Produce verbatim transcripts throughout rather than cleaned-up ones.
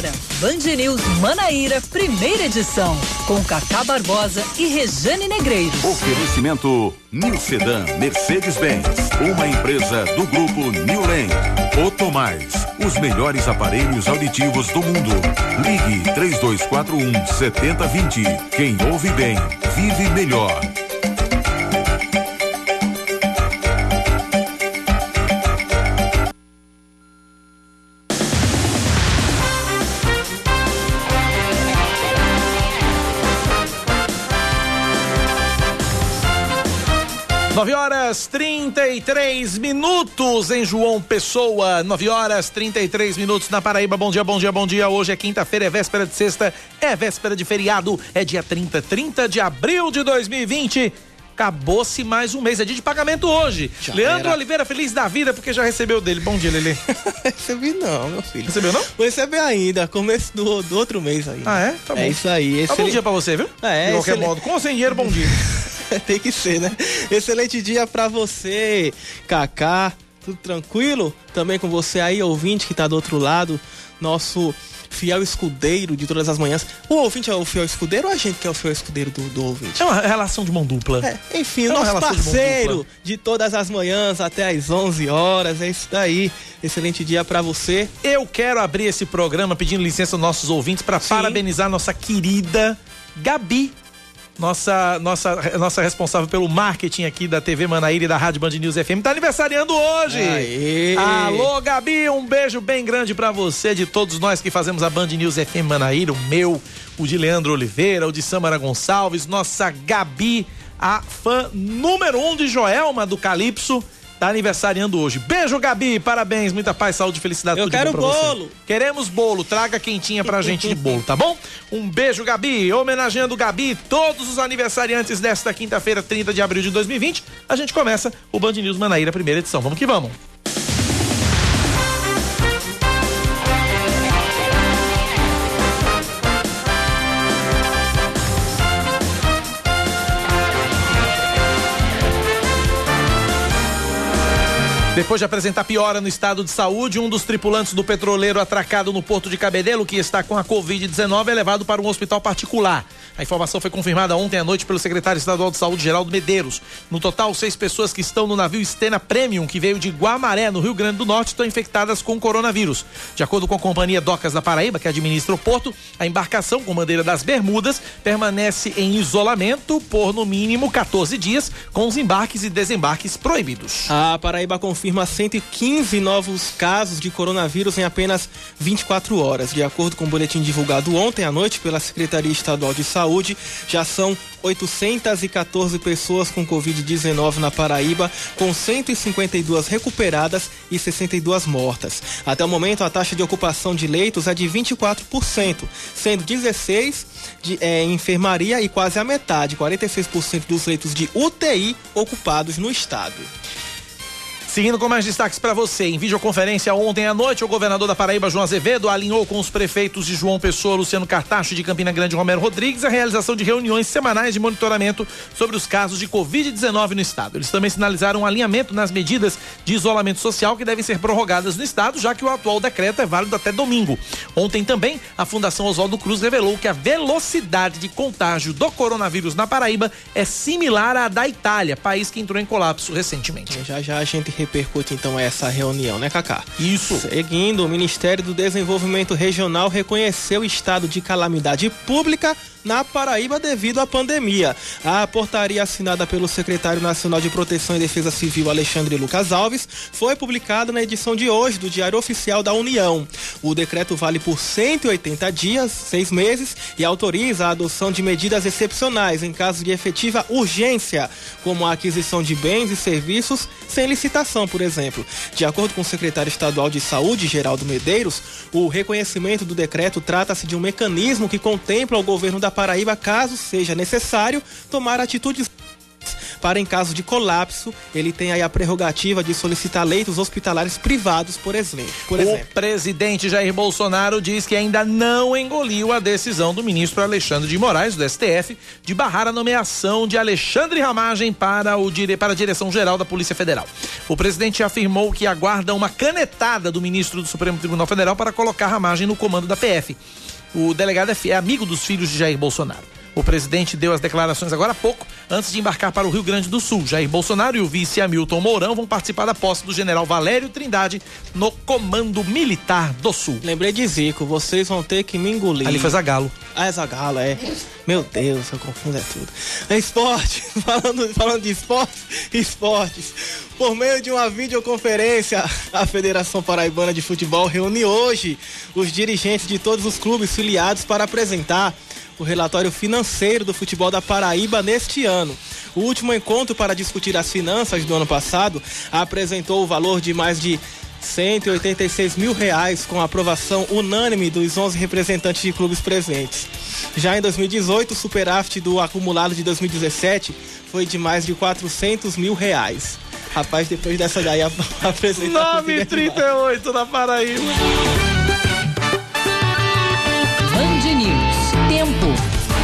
Agora, Band News Manaíra, primeira edição, com Cacá Barbosa e Rejane Negreiros. Oferecimento New Sedan Mercedes-Benz, uma empresa do grupo New Lane. Otomais, os melhores aparelhos auditivos do mundo. Ligue três dois quatro um, sete zero dois zero. Quem ouve bem, vive melhor. nove horas trinta e três minutos em João Pessoa, nove horas trinta e três minutos na Paraíba. Bom dia, bom dia, bom dia. Hoje é quinta-feira, é véspera de sexta, é véspera de feriado, é dia trinta, trinta de abril de dois mil e vinte. Acabou-se mais um mês, é dia de pagamento hoje. Já Leandro era. Oliveira, feliz da vida, porque já recebeu dele. Bom dia, Lelê. Recebi não, meu filho. Recebeu não? Vou receber ainda, começo do, do outro mês aí. Ah, é? Tá bom. É isso aí. Esse bom dia pra você, viu? É, de qualquer excelente. modo, com ou sem dinheiro, bom dia. Tem que ser, né? Excelente dia pra você, Cacá. Tudo tranquilo? Também com você aí, ouvinte que tá do outro lado, nosso fiel escudeiro de todas as manhãs. O ouvinte é o fiel escudeiro ou a gente que é o fiel escudeiro do, do ouvinte? É uma relação de mão dupla. É, enfim, é o nosso parceiro de, de todas as manhãs até às onze horas. É isso daí. Excelente dia pra você. Eu quero abrir esse programa pedindo licença aos nossos ouvintes para parabenizar nossa querida Gabi. Nossa, nossa, nossa responsável pelo marketing aqui da T V Manaíra e da Rádio Band News F M tá aniversariando hoje. Aê. Alô, Gabi, um beijo bem grande pra você, de todos nós que fazemos a Band News F M Manaíra, o meu, o de Leandro Oliveira, o de Samara Gonçalves, nossa Gabi, a fã número um de Joelma do Calypso, tá aniversariando hoje. Beijo, Gabi, parabéns, muita paz, saúde, felicidade. Eu tudo quero de bom pra bolo. Você. Queremos bolo, traga quentinha pra gente de bolo, tá bom? Um beijo, Gabi, homenageando Gabi, todos os aniversariantes desta quinta-feira, trinta de abril de dois mil e vinte, a gente começa o Band News Manaíra, primeira edição. Vamos que vamos. Depois de apresentar piora no estado de saúde, um dos tripulantes do petroleiro atracado no Porto de Cabedelo, que está com a covid dezenove, é levado para um hospital particular. A informação foi confirmada ontem à noite pelo secretário estadual de saúde, Geraldo Medeiros. No total, seis pessoas que estão no navio Stena Premium, que veio de Guamaré, no Rio Grande do Norte, estão infectadas com coronavírus. De acordo com a Companhia Docas da Paraíba, que administra o porto, a embarcação com bandeira das Bermudas permanece em isolamento por, no mínimo, quatorze dias, com os embarques e desembarques proibidos. A Paraíba confirma confirma cento e quinze novos casos de coronavírus em apenas vinte e quatro horas. De acordo com o boletim divulgado ontem à noite pela Secretaria Estadual de Saúde, já são oitocentas e quatorze pessoas com covid dezenove na Paraíba, com cento e cinquenta e duas recuperadas e sessenta e duas mortas. Até o momento, a taxa de ocupação de leitos é de vinte e quatro por cento, sendo dezesseis por cento de é, enfermaria e quase a metade, quarenta e seis por cento dos leitos de U T I ocupados no estado. Seguindo com mais destaques para você, em videoconferência ontem à noite, o governador da Paraíba, João Azevedo, alinhou com os prefeitos de João Pessoa, Luciano Cartacho, de Campina Grande, Romero Rodrigues, a realização de reuniões semanais de monitoramento sobre os casos de covid dezenove no estado. Eles também sinalizaram um alinhamento nas medidas de isolamento social que devem ser prorrogadas no estado, já que o atual decreto é válido até domingo. Ontem também, a Fundação Oswaldo Cruz revelou que a velocidade de contágio do coronavírus na Paraíba é similar à da Itália, país que entrou em colapso recentemente. Já já a gente repercute então essa reunião, né, Cacá? Isso. Seguindo, o Ministério do Desenvolvimento Regional reconheceu o estado de calamidade pública na Paraíba devido à pandemia. A portaria assinada pelo secretário nacional de Proteção e Defesa Civil, Alexandre Lucas Alves, foi publicada na edição de hoje do Diário Oficial da União. O decreto vale por cento e oitenta dias, seis meses, e autoriza a adoção de medidas excepcionais em caso de efetiva urgência, como a aquisição de bens e serviços sem licitação, por exemplo. De acordo com o secretário estadual de Saúde, Geraldo Medeiros, o reconhecimento do decreto trata-se de um mecanismo que contempla o governo da Paraíba, caso seja necessário, tomar atitudes para, em caso de colapso, ele tem aí a prerrogativa de solicitar leitos hospitalares privados, por exemplo. Por exemplo. O presidente Jair Bolsonaro diz que ainda não engoliu a decisão do ministro Alexandre de Moraes, do S T F, de barrar a nomeação de Alexandre Ramagem para, o dire... para a direção-geral da Polícia Federal. O presidente afirmou que aguarda uma canetada do ministro do Supremo Tribunal Federal para colocar Ramagem no comando da P F. O delegado é, é amigo dos filhos de Jair Bolsonaro. O presidente deu as declarações agora há pouco, antes de embarcar para o Rio Grande do Sul. Jair Bolsonaro e o vice Hamilton Mourão vão participar da posse do general Valério Trindade no Comando Militar do Sul. Lembrei de Zico, vocês vão ter que me engolir. Ali foi Zagallo. Ah, é Zagallo, é. Meu Deus, eu confundo é tudo. É esporte, falando, falando de esporte, esportes. Por meio de uma videoconferência, a Federação Paraibana de Futebol reúne hoje os dirigentes de todos os clubes filiados para apresentar o relatório financeiro do futebol da Paraíba neste ano. O último encontro para discutir as finanças do ano passado apresentou o valor de mais de cento e oitenta e seis mil reais, com a aprovação unânime dos onze representantes de clubes presentes. Já em dois mil e dezoito, o superávit do acumulado de dois mil e dezessete foi de mais de quatrocentos mil reais. Rapaz, depois dessa daí apresentar... nove e trinta e oito na Paraíba. Band News. Tempo.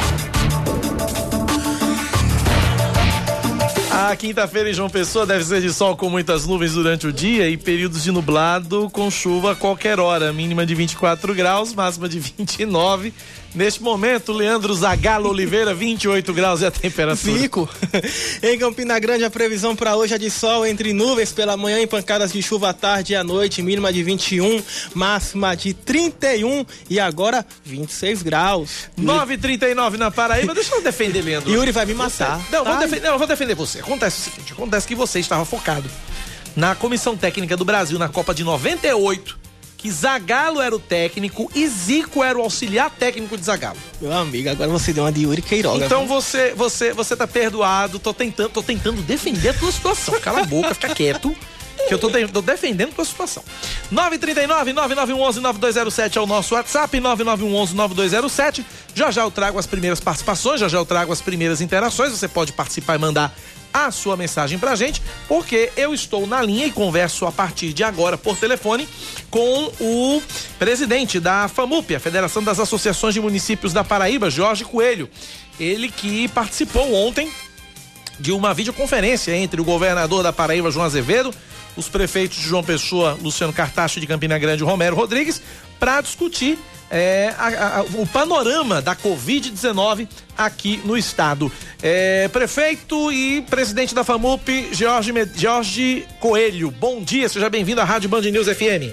A quinta-feira em João Pessoa deve ser de sol com muitas nuvens durante o dia e períodos de nublado com chuva a qualquer hora. Mínima de vinte e quatro graus, máxima de vinte e nove. Neste momento, Leandro Zagallo Oliveira, vinte e oito graus é a temperatura. Zico. Em Campina Grande, a previsão para hoje é de sol entre nuvens pela manhã e pancadas de chuva à tarde e à noite. Mínima de vinte e um, máxima de trinta e um e agora vinte e seis graus. nove e trinta e nove na Paraíba. Deixa eu defender, Leandro. Yuri vai me matar. Você... Não, vou defender, não, eu vou defender você. Acontece o seguinte, acontece que você estava focado na Comissão Técnica do Brasil na Copa de noventa e oito, que Zagallo era o técnico e Zico era o auxiliar técnico de Zagallo. Meu amigo, agora você deu uma de Yuri Queiroga. Então você, você, você tá perdoado. Tô tentando, tô tentando defender a tua situação. Cala a boca, fica quieto, que eu tô, de, tô defendendo a tua situação. nove e trinta e nove, nove nove um um, nove dois zero sete é o nosso WhatsApp, nove nove um um, nove dois zero sete. Já já eu trago as primeiras participações, já já eu trago as primeiras interações. Você pode participar e mandar a sua mensagem pra gente, porque eu estou na linha e converso a partir de agora por telefone com o presidente da FAMUP, a Federação das Associações de Municípios da Paraíba, Jorge Coelho. Ele que participou ontem de uma videoconferência entre o governador da Paraíba, João Azevedo, os prefeitos de João Pessoa, Luciano Cartacho, de Campina Grande, Romero Rodrigues, para discutir É, a, a, o panorama da covid dezenove aqui no estado. É, prefeito e presidente da FAMUP, Jorge, Jorge Coelho, bom dia, seja bem-vindo à Rádio Band News F M.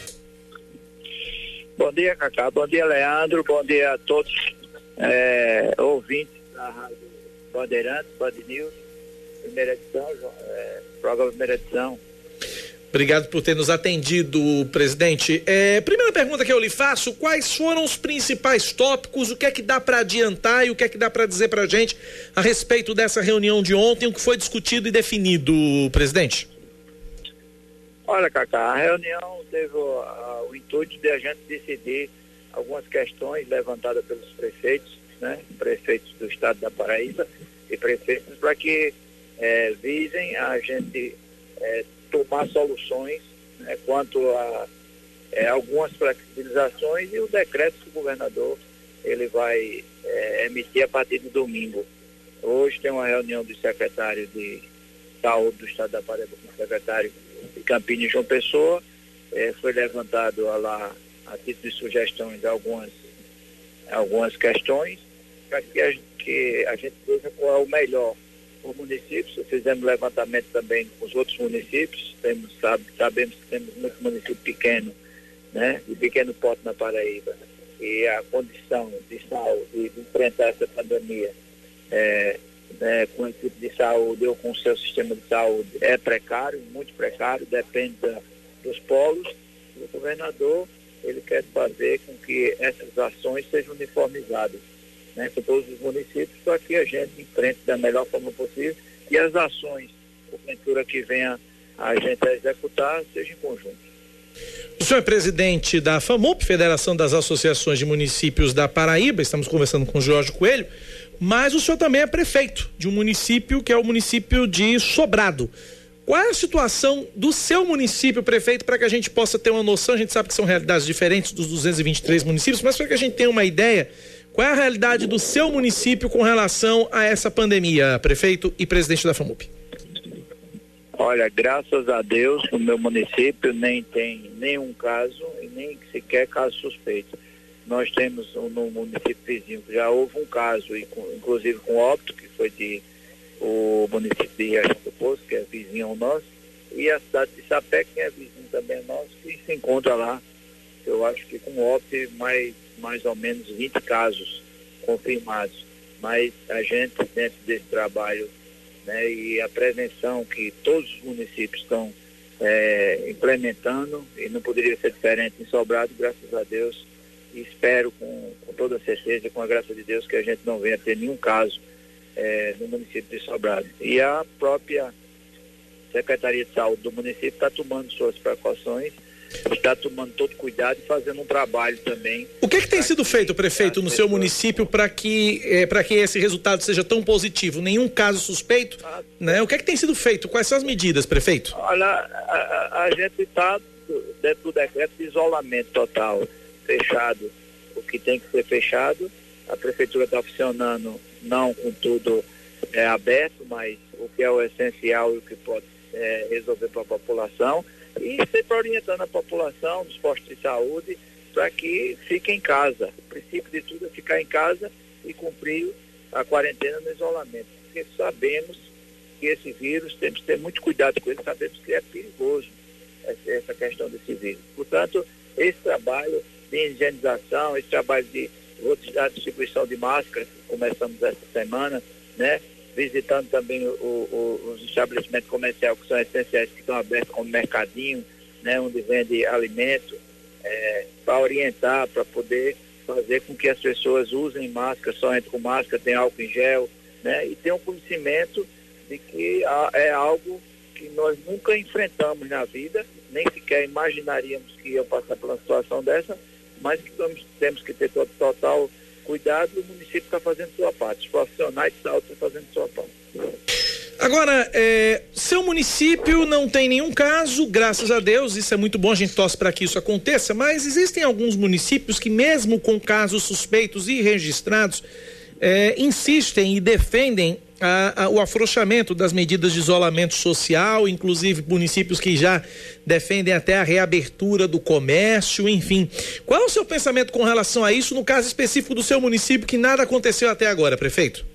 Bom dia, Cacá, bom dia, Leandro, bom dia a todos é, ouvintes da Rádio Bandeirantes, Band News, primeira edição, é, programa primeira edição. Obrigado por ter nos atendido, presidente. É, primeira pergunta que eu lhe faço, quais foram os principais tópicos, o que é que dá para adiantar e o que é que dá para dizer para a gente a respeito dessa reunião de ontem, o que foi discutido e definido, presidente? Olha, Cacá, a reunião teve o, a, o intuito de a gente decidir algumas questões levantadas pelos prefeitos, né, prefeitos do estado da Paraíba e prefeitos, para que é, visem a gente é, tomar soluções, né, quanto a é, algumas flexibilizações e o decreto que o governador ele vai é, emitir a partir de domingo. Hoje tem uma reunião do secretário de Saúde do estado da Paraíba com o secretário de Campina e João Pessoa. É, foi levantado a lá, a título de sugestões, algumas, algumas questões para que a gente, que a gente veja qual é o melhor os municípios. Fizemos levantamento também com os outros municípios, temos, sabe, sabemos que temos muito município pequeno, né, de pequeno porte na Paraíba, e a condição de saúde, de enfrentar essa pandemia é, né, com a equipe de saúde ou com o seu sistema de saúde é precário, muito precário, depende da, dos polos. O governador, ele quer fazer com que essas ações sejam uniformizadas, né, com todos os municípios, para que a gente enfrente da melhor forma possível e as ações, porventura, que venha a gente a executar, sejam em conjunto. O senhor é presidente da FAMUP, Federação das Associações de Municípios da Paraíba, estamos conversando com o Jorge Coelho. mas o senhor também é prefeito de um município que é o município de Sobrado. Qual é a situação do seu município, prefeito, para que a gente possa ter uma noção? A gente sabe que são realidades diferentes dos duzentos e vinte e três municípios, mas para que a gente tenha uma ideia, qual é a realidade do seu município com relação a essa pandemia, prefeito e presidente da FAMUP? Olha, graças a Deus, no meu município nem tem nenhum caso e nem sequer caso suspeito. Nós temos no município vizinho, já houve um caso, inclusive com óbito, que foi de o município de Riachão do Poço, que é vizinho ao nosso, e a cidade de Sapé, que é vizinho também ao nosso, que se encontra lá, eu acho que com óbito, mais, mais ou menos vinte casos confirmados. Mas a gente, dentro desse trabalho, né, e a prevenção que todos os municípios estão é, implementando, e não poderia ser diferente em Sobrado, graças a Deus, e espero com, com toda certeza, com a graça de Deus, que a gente não venha ter nenhum caso É, no município de Sobrado. E a própria Secretaria de Saúde do município está tomando suas precauções, está tomando todo cuidado e fazendo um trabalho também. O que, que tem sido feito, prefeito, no seu município para que, é, para que esse resultado seja tão positivo? Nenhum caso suspeito, ah, né? O que, que tem sido feito? Quais são as medidas, prefeito? Olha, a, a, a gente está dentro do decreto de isolamento total, fechado o que tem que ser fechado. A prefeitura está funcionando não com tudo é, aberto, mas o que é o essencial e o que pode é, resolver para a população, e sempre orientando a população dos postos de saúde para que fique em casa. O princípio de tudo é ficar em casa e cumprir a quarentena no isolamento, porque sabemos que esse vírus, temos que ter muito cuidado com ele, sabemos que é perigoso essa questão desse vírus. Portanto, esse trabalho de higienização, esse trabalho de a distribuição de máscaras, começamos essa semana, né? Visitando também o, o, os estabelecimentos comerciais que são essenciais, que estão abertos, como mercadinho, né? Onde vende alimento, é, para orientar, para poder fazer com que as pessoas usem máscara, só entrem com máscara, tem álcool em gel, né? E tenham conhecimento de que é algo que nós nunca enfrentamos na vida, nem sequer imaginaríamos que ia passar por uma situação dessa, mas que temos que ter total cuidado. O município está fazendo sua parte, os profissionais de saúde estão fazendo sua parte. Agora, é, seu município não tem nenhum caso, graças a Deus, isso é muito bom, a gente torce para que isso aconteça, mas existem alguns municípios que mesmo com casos suspeitos e registrados, é, insistem e defendem A, a, o afrouxamento das medidas de isolamento social, inclusive municípios que já defendem até a reabertura do comércio, enfim. Qual é o seu pensamento com relação a isso, no caso específico do seu município, que nada aconteceu até agora, prefeito?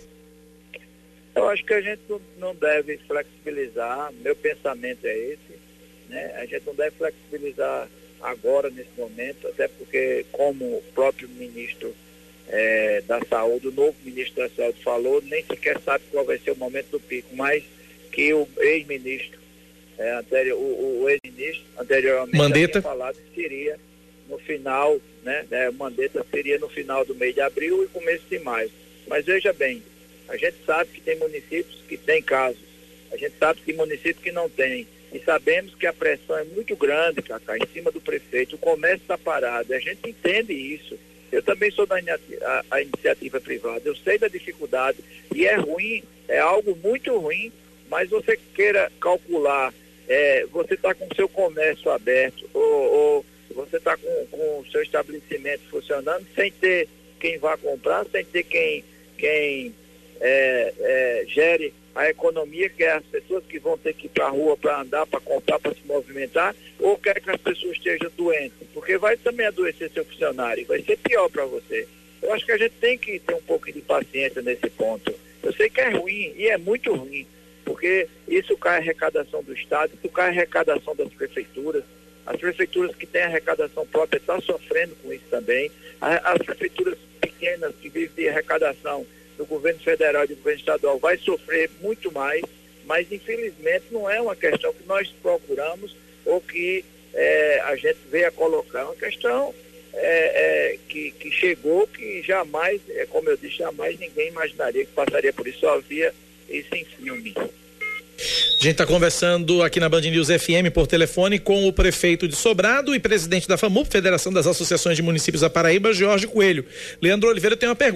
Eu acho que a gente não, não deve flexibilizar, meu pensamento é esse, né? A gente não deve flexibilizar agora, nesse momento, até porque, como o próprio ministro É, da saúde, o novo ministro da saúde falou, nem sequer sabe qual vai ser o momento do pico, mas que o ex-ministro é, anterior, o, o ex-ministro anteriormente Mandetta tinha falado que seria no final, né, né, Mandetta seria no final do mês de abril e começo de maio. Mas veja bem, a gente sabe que tem municípios que têm casos, a gente sabe que tem municípios que não tem, e sabemos que a pressão é muito grande, Cacá, em cima do prefeito, o comércio está parado, a gente entende isso. Eu também sou da a, a iniciativa privada, eu sei da dificuldade e é ruim, é algo muito ruim, mas você queira calcular, é, você está com o seu comércio aberto ou, ou você está com, com o seu estabelecimento funcionando sem ter quem vá comprar, sem ter quem, quem é, é, gere a economia, que é as pessoas que vão ter que ir para a rua para andar, para comprar, para se movimentar, ou quer que as pessoas estejam doentes, porque vai também adoecer seu funcionário, vai ser pior para você. Eu acho que a gente tem que ter um pouco de paciência nesse ponto. Eu sei que é ruim, e é muito ruim, porque isso cai a arrecadação do Estado, isso cai a arrecadação das prefeituras. As prefeituras que têm arrecadação própria estão sofrendo com isso também. As prefeituras pequenas que vivem de arrecadação do governo federal e do governo estadual vai sofrer muito mais, mas infelizmente não é uma questão que nós procuramos ou que é, a gente veio a colocar, é uma questão é, é, que, que chegou, que jamais, é, como eu disse, jamais ninguém imaginaria que passaria por isso, só havia isso em filme. A gente está conversando aqui na Band News F M por telefone com o prefeito de Sobrado e presidente da FAMUP, Federação das Associações de Municípios da Paraíba, Jorge Coelho. Leandro Oliveira tem uma pergunta.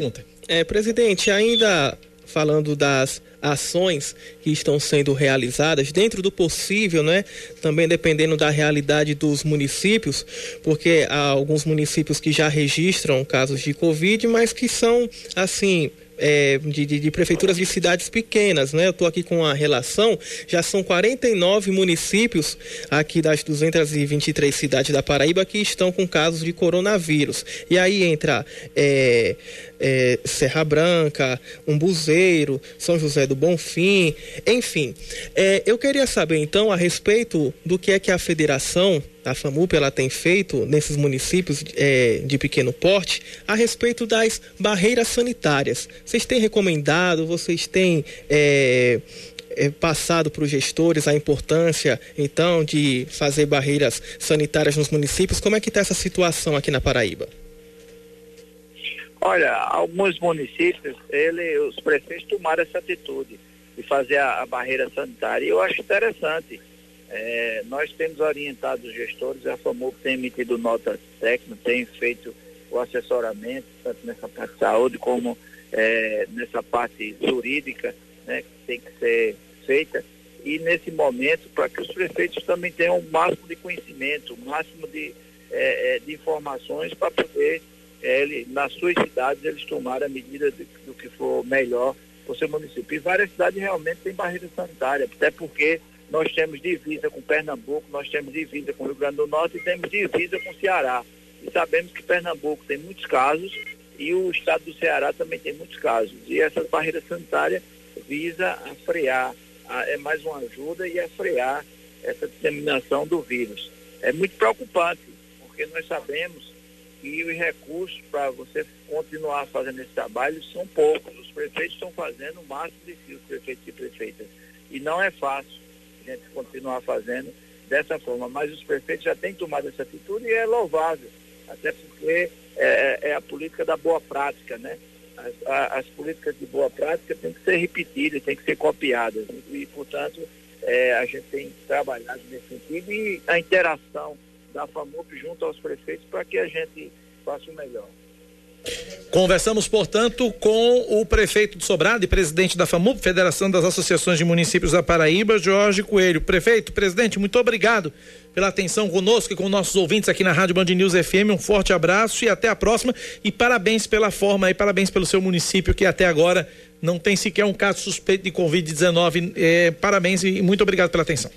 É, presidente, ainda falando das ações que estão sendo realizadas dentro do possível, né? Também dependendo da realidade dos municípios, porque há alguns municípios que já registram casos de Covid, mas que são, assim, É, de, de, de prefeituras de cidades pequenas, né? Eu estou aqui com a relação, já são quarenta e nove municípios aqui das duzentas e vinte e três cidades da Paraíba que estão com casos de coronavírus. E aí entra é, é, Serra Branca, Umbuzeiro, São José do Bonfim, enfim. É, eu queria saber então a respeito do que é que a federação, a FAMUP, ela tem feito nesses municípios é, de pequeno porte a respeito das barreiras sanitárias. Vocês têm recomendado, vocês têm é, é, passado para os gestores a importância, então, de fazer barreiras sanitárias nos municípios? Como é que está essa situação aqui na Paraíba? Olha, alguns municípios, ele, os prefeitos tomaram essa atitude de fazer a, a barreira sanitária, e eu acho interessante. É, nós temos orientado os gestores, a FAMUP tem emitido nota técnica, tem feito o assessoramento, tanto nessa parte de saúde como é, nessa parte jurídica, né, que tem que ser feita, e nesse momento, para que os prefeitos também tenham o máximo de conhecimento, o máximo de, é, de informações para poder, é, ele, nas suas cidades, eles tomarem a medida de, do que for melhor para o seu município. E várias cidades realmente têm barreira sanitária, até porque nós temos divisa com Pernambuco, nós temos divisa com o Rio Grande do Norte e temos divisa com o Ceará. E sabemos que Pernambuco tem muitos casos e o estado do Ceará também tem muitos casos. E essa barreira sanitária visa a frear, a, é mais uma ajuda e a frear essa disseminação do vírus. É muito preocupante, porque nós sabemos que os recursos para você continuar fazendo esse trabalho são poucos. Os prefeitos estão fazendo o máximo de si, os prefeitos e prefeitas. E não é fácil a gente continuar fazendo dessa forma, mas os prefeitos já têm tomado essa atitude e é louvável, até porque é, é a política da boa prática, né? As, a, as políticas de boa prática têm que ser repetidas, têm que ser copiadas e, e portanto, é, a gente tem trabalhado nesse sentido e a interação da FAMUP junto aos prefeitos para que a gente faça o melhor. Conversamos, portanto, com o prefeito de Sobrado e presidente da FAMUP, Federação das Associações de Municípios da Paraíba, Jorge Coelho. Prefeito, presidente, muito obrigado pela atenção conosco e com nossos ouvintes aqui na Rádio Band News F M. Um forte abraço e até a próxima. E parabéns pela forma e parabéns pelo seu município, que até agora não tem sequer um caso suspeito de covid dezenove. É, parabéns e muito obrigado pela atenção.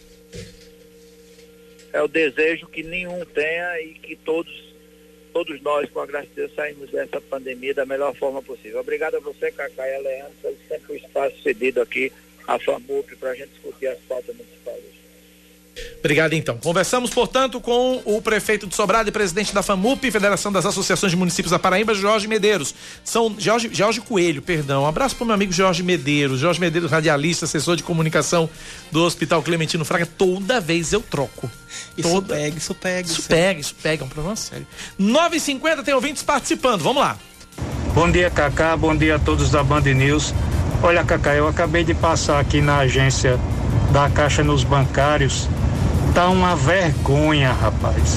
É o desejo que nenhum tenha e que todos Todos nós, com a graça de Deus, saímos dessa pandemia da melhor forma possível. Obrigado a você, Cacá e a Leandro, pelo sempre o espaço cedido aqui à FAMUP para a gente discutir as pautas municipais. Obrigado, então. Conversamos, portanto, com o prefeito de Sobrado e presidente da FAMUP, Federação das Associações de Municípios da Paraíba, Jorge Medeiros. São Jorge, Jorge Coelho, perdão. Um abraço para o meu amigo Jorge Medeiros. Jorge Medeiros, radialista, assessor de comunicação do Hospital Clementino Fraga. Toda vez eu troco. Isso Toda... pega, isso pega. Isso pega, isso pega, é um problema sério. nove e cinquenta tem ouvintes participando, vamos lá. Bom dia, Cacá, bom dia a todos da Band News. Olha, Cacá, eu acabei de passar aqui na agência da Caixa nos bancários. Tá uma vergonha, rapaz.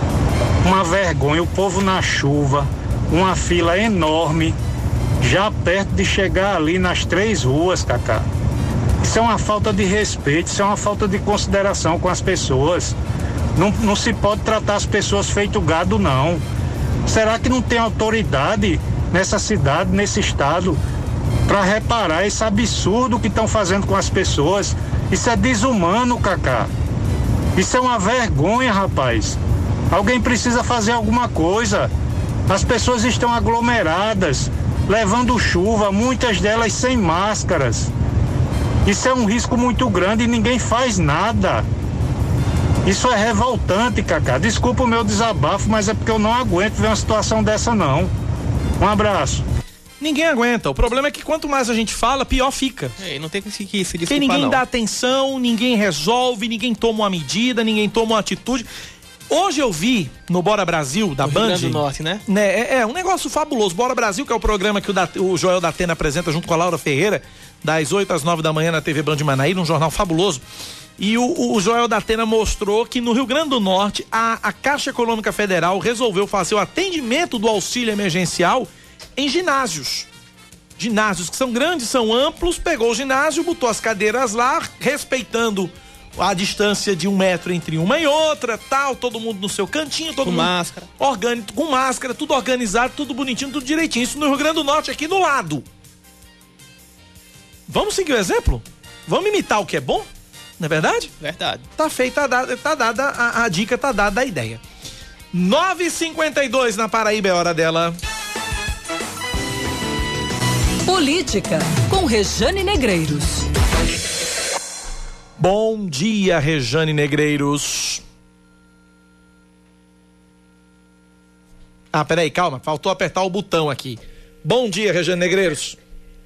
Uma vergonha, o povo na chuva, uma fila enorme, já perto de chegar ali nas três ruas, Cacá. Isso é uma falta de respeito, isso é uma falta de consideração com as pessoas. Não, não se pode tratar as pessoas feito gado, não. Será que não tem autoridade nessa cidade, nesse estado, para reparar esse absurdo que estão fazendo com as pessoas? Isso é desumano, Cacá. Isso é uma vergonha, rapaz. Alguém precisa fazer alguma coisa. As pessoas estão aglomeradas, levando chuva, muitas delas sem máscaras. Isso é um risco muito grande e ninguém faz nada. Isso é revoltante, Cacá. Desculpa o meu desabafo, mas é porque eu não aguento ver uma situação dessa, não. Um abraço. Ninguém aguenta. O problema é que quanto mais a gente fala, pior fica. É, não tem que se, que se desculpar, Porque ninguém não. dá atenção, ninguém resolve, ninguém toma uma medida, ninguém toma uma atitude. Hoje eu vi no Bora Brasil, da no Band... Rio Grande do Norte, né? né é, é um negócio fabuloso. Bora Brasil, que é o programa que o, da, o Joel Datena apresenta junto com a Laura Ferreira, das oito às nove da manhã na T V Band Manaíra, um jornal fabuloso. E o, o Joel Datena mostrou que no Rio Grande do Norte, a, a Caixa Econômica Federal resolveu fazer o atendimento do auxílio emergencial em ginásios. ginásios que são grandes, são amplos, pegou o ginásio, botou as cadeiras lá, respeitando a distância de um metro entre uma e outra, tal, todo mundo no seu cantinho, todo com mundo máscara. Orgânico, com máscara, tudo organizado, tudo bonitinho, tudo direitinho. Isso no Rio Grande do Norte, aqui do lado. Vamos seguir o exemplo? Vamos imitar o que é bom? Não é verdade? Verdade. Tá feita, tá dada, tá dada a, a dica, tá dada a ideia. nove e cinquenta e dois na Paraíba, é hora dela. Política, com Rejane Negreiros. Bom dia, Rejane Negreiros. Ah, peraí, calma, faltou apertar o botão aqui. Bom dia, Rejane Negreiros.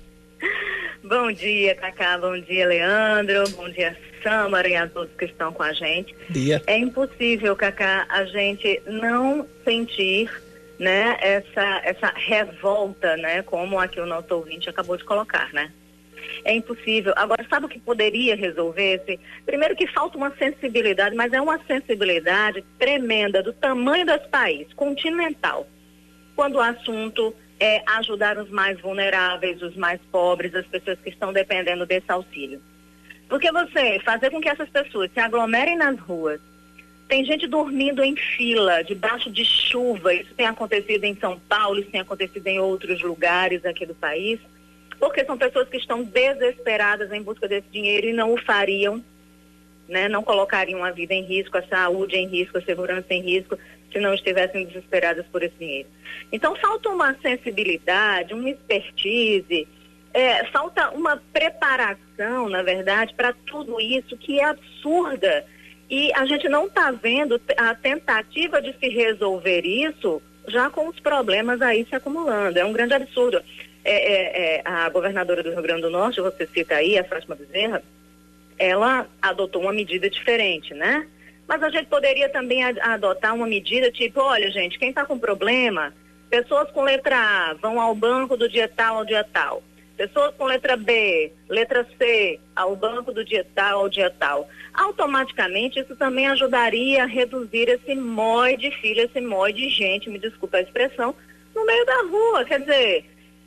Bom dia, Cacá, bom dia, Leandro, bom dia, Sâmara e a todos que estão com a gente. Dia. É impossível, Cacá, a gente não sentir, né, essa, essa revolta, né, como aqui o nosso ouvinte acabou de colocar, né? É impossível. Agora, sabe o que poderia resolver-se? Primeiro que falta uma sensibilidade, mas é uma sensibilidade tremenda do tamanho desse país, continental. Quando o assunto é ajudar os mais vulneráveis, os mais pobres, as pessoas que estão dependendo desse auxílio. Porque você fazer com que essas pessoas se aglomerem nas ruas, tem gente dormindo em fila, debaixo de chuva, isso tem acontecido em São Paulo, isso tem acontecido em outros lugares aqui do país, porque são pessoas que estão desesperadas em busca desse dinheiro e não o fariam, né? Não colocariam a vida em risco, a saúde em risco, a segurança em risco, se não estivessem desesperadas por esse dinheiro. Então, falta uma sensibilidade, uma expertise, é, falta uma preparação, na verdade, para tudo isso que é absurda. E a gente não está vendo a tentativa de se resolver isso já com os problemas aí se acumulando. É um grande absurdo. É, é, é, a governadora do Rio Grande do Norte, você cita aí, a Fátima Bezerra, ela adotou uma medida diferente, né? Mas a gente poderia também ad- adotar uma medida tipo, olha gente, quem está com problema, pessoas com letra A vão ao banco do dia tal ao dia tal. Pessoas com letra B, letra C, ao banco do dia tal ao dia tal. Automaticamente isso também ajudaria a reduzir esse mói de filho, esse mói de gente, me desculpa a expressão, no meio da rua. Quer dizer,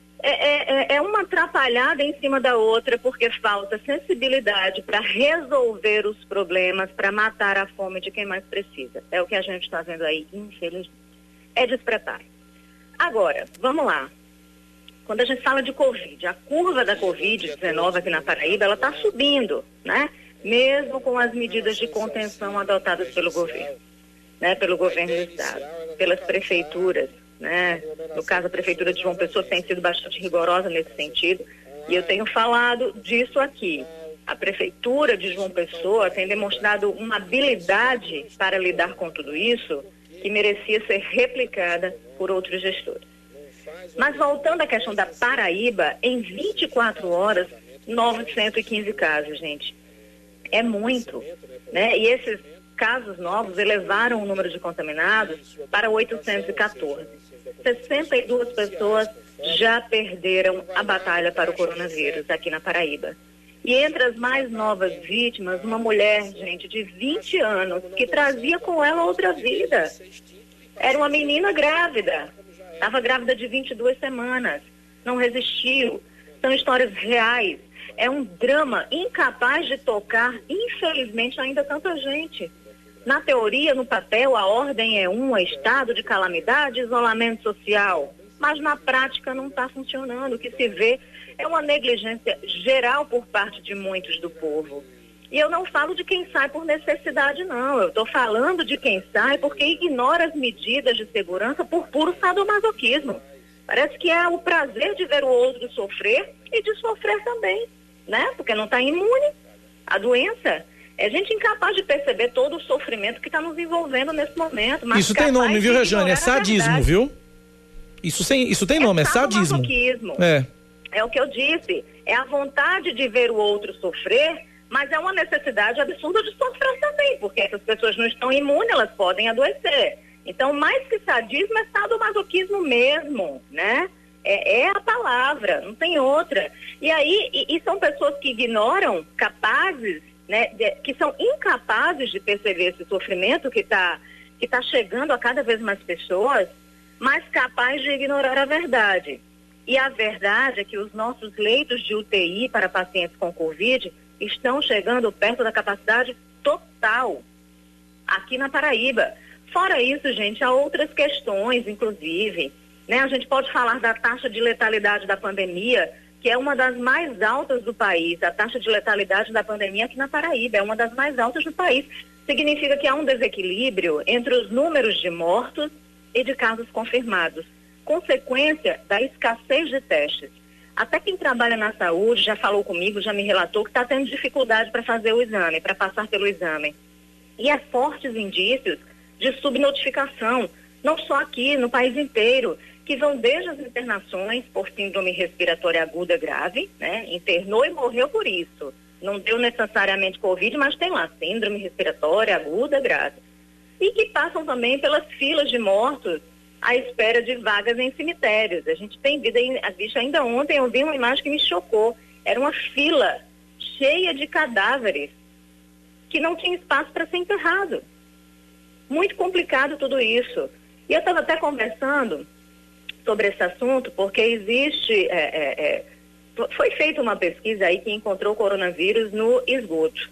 é, é, é uma atrapalhada em cima da outra, porque falta sensibilidade para resolver os problemas, para matar a fome de quem mais precisa. É o que a gente está vendo aí, infelizmente. É despretar. Agora, vamos lá. Quando a gente fala de Covid, a curva da covid dezenove aqui na Paraíba, ela está subindo, né? Mesmo com as medidas de contenção adotadas pelo governo, né? Pelo governo do estado, pelas prefeituras, né? No caso, a prefeitura de João Pessoa tem sido bastante rigorosa nesse sentido, e eu tenho falado disso aqui. A prefeitura de João Pessoa tem demonstrado uma habilidade para lidar com tudo isso que merecia ser replicada por outros gestores. Mas voltando à questão da Paraíba, em vinte e quatro horas, novecentos e quinze casos, gente. É muito, né? E esses casos novos elevaram o número de contaminados para oitocentos e quatorze. sessenta e duas pessoas já perderam a batalha para o coronavírus aqui na Paraíba. E entre as mais novas vítimas, uma mulher, gente, de vinte anos, que trazia com ela outra vida. Era uma menina grávida. Estava grávida de vinte e duas semanas, não resistiu. São histórias reais. É um drama incapaz de tocar, infelizmente, ainda tanta gente. Na teoria, no papel, a ordem é uma, estado de calamidade, isolamento social. Mas na prática não está funcionando. O que se vê é uma negligência geral por parte de muitos do povo. E eu não falo de quem sai por necessidade, não. Eu estou falando de quem sai porque ignora as medidas de segurança por puro sadomasoquismo. Parece que é o prazer de ver o outro sofrer e de sofrer também, né? Porque não está imune à doença. É gente incapaz de perceber todo o sofrimento que está nos envolvendo nesse momento. Mas isso tem nome, viu, Rejane? É sadismo, viu? Isso, sem, isso tem nome, é, é sadismo. É. É o que eu disse. É a vontade de ver o outro sofrer, mas é uma necessidade absurda de sofrer também, porque essas pessoas não estão imunes, elas podem adoecer. Então, mais que sadismo, é sadomasoquismo mesmo, né? É, é a palavra, não tem outra. E aí, e, e são pessoas que ignoram, capazes, né, de, que são incapazes de perceber esse sofrimento que está que tá chegando a cada vez mais pessoas, mas capazes de ignorar a verdade. E a verdade é que os nossos leitos de U T I para pacientes com Covid estão chegando perto da capacidade total aqui na Paraíba. Fora isso, gente, há outras questões, inclusive, né? A gente pode falar da taxa de letalidade da pandemia, que é uma das mais altas do país. A taxa de letalidade da pandemia aqui na Paraíba é uma das mais altas do país. Significa que há um desequilíbrio entre os números de mortos e de casos confirmados, consequência da escassez de testes. Até quem trabalha na saúde já falou comigo, já me relatou que está tendo dificuldade para fazer o exame, para passar pelo exame. E há fortes indícios de subnotificação, não só aqui, no país inteiro, que vão desde as internações por síndrome respiratória aguda grave, né? Internou e morreu por isso. Não deu necessariamente Covid, mas tem lá síndrome respiratória aguda grave. E que passam também pelas filas de mortos à espera de vagas em cemitérios. A gente tem visto, ainda ontem eu vi uma imagem que me chocou. Era uma fila cheia de cadáveres que não tinha espaço para ser enterrado. Muito complicado tudo isso. E eu estava até conversando sobre esse assunto, porque existe, é, é, é, foi feita uma pesquisa aí que encontrou coronavírus no esgoto.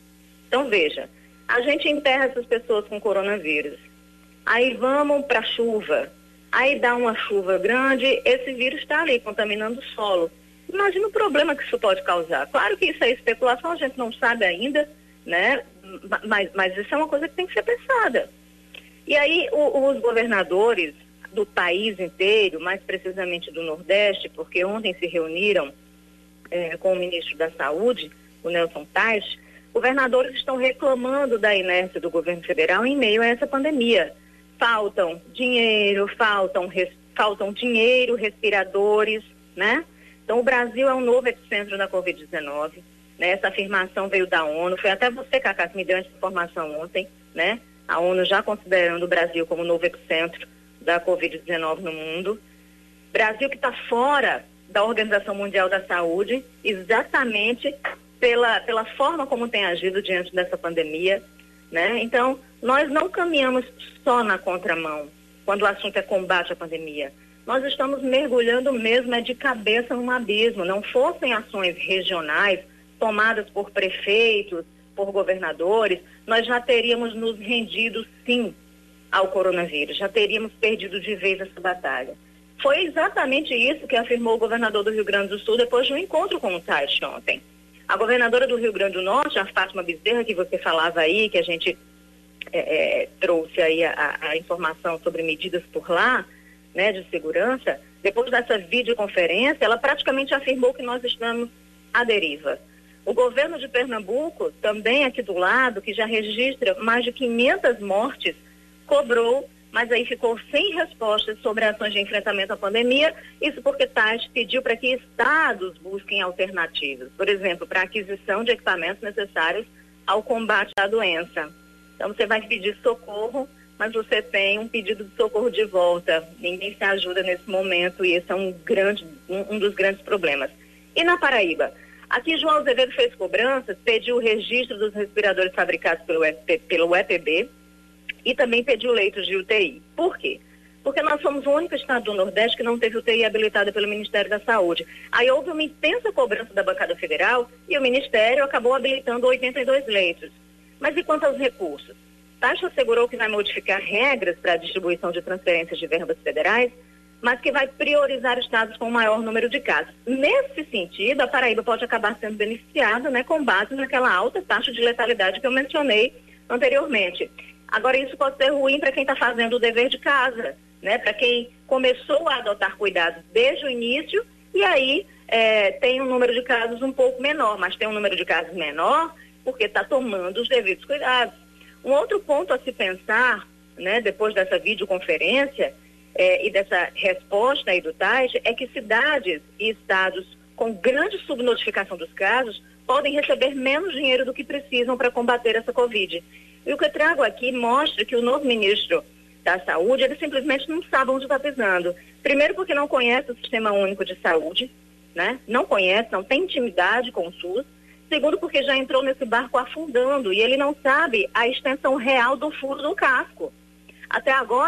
Então veja, a gente enterra essas pessoas com coronavírus, aí vamos para a chuva, aí dá uma chuva grande, esse vírus está ali contaminando o solo. Imagina o problema que isso pode causar. Claro que isso é especulação, a gente não sabe ainda, né? Mas, mas isso é uma coisa que tem que ser pensada. E aí o, os governadores do país inteiro, mais precisamente do Nordeste, porque ontem se reuniram eh, com o ministro da Saúde, o Nelson Tais, governadores estão reclamando da inércia do governo federal em meio a essa pandemia. Faltam dinheiro, faltam, res, faltam dinheiro, respiradores, né? Então o Brasil é um novo epicentro da covid dezenove, né? Essa afirmação veio da ONU, foi até você, Cacá, que me deu essa informação ontem, né? A ONU já considerando o Brasil como novo epicentro da covid dezenove no mundo. Brasil que está fora da Organização Mundial da Saúde, exatamente pela, pela forma como tem agido diante dessa pandemia, né? Então, nós não caminhamos só na contramão quando o assunto é combate à pandemia. Nós estamos mergulhando mesmo é de cabeça num abismo. Não fossem ações regionais tomadas por prefeitos, por governadores, nós já teríamos nos rendido, sim, ao coronavírus, já teríamos perdido de vez essa batalha. Foi exatamente isso que afirmou o governador do Rio Grande do Sul depois de um encontro com o Tais ontem. A governadora do Rio Grande do Norte, a Fátima Bezerra, que você falava aí, que a gente é, é, trouxe aí a, a informação sobre medidas por lá, né, de segurança, depois dessa videoconferência, ela praticamente afirmou que nós estamos à deriva. O governo de Pernambuco, também aqui do lado, que já registra mais de quinhentas mortes, cobrou, mas aí ficou sem respostas sobre ações de enfrentamento à pandemia, isso porque Tais pediu para que estados busquem alternativas, por exemplo, para a aquisição de equipamentos necessários ao combate à doença. Então você vai pedir socorro, mas você tem um pedido de socorro de volta, ninguém se ajuda nesse momento e esse é um, grande, um, um dos grandes problemas. E na Paraíba? Aqui João Azevedo fez cobranças, pediu o registro dos respiradores fabricados pelo, pelo E P B, e também pediu leitos de U T I. Por quê? Porque nós somos o único estado do Nordeste que não teve U T I habilitada pelo Ministério da Saúde. Aí houve uma intensa cobrança da bancada federal e o Ministério acabou habilitando oitenta e dois leitos. Mas e quanto aos recursos? Taxa assegurou que vai modificar regras para a distribuição de transferências de verbas federais, mas que vai priorizar estados com maior número de casos. Nesse sentido, a Paraíba pode acabar sendo beneficiada, né, com base naquela alta taxa de letalidade que eu mencionei anteriormente. Agora, isso pode ser ruim para quem está fazendo o dever de casa, né? Para quem começou a adotar cuidados desde o início e aí é, tem um número de casos um pouco menor, mas tem um número de casos menor porque está tomando os devidos cuidados. Um outro ponto a se pensar, né, depois dessa videoconferência é, e dessa resposta aí do Tais, é que cidades e estados com grande subnotificação dos casos podem receber menos dinheiro do que precisam para combater essa Covid. E o que eu trago aqui mostra que o novo ministro da Saúde, ele simplesmente não sabe onde está pisando. Primeiro porque não conhece o Sistema Único de Saúde, né? Não conhece, não tem intimidade com o SUS. Segundo porque já entrou nesse barco afundando e ele não sabe a extensão real do furo do casco. Até agora,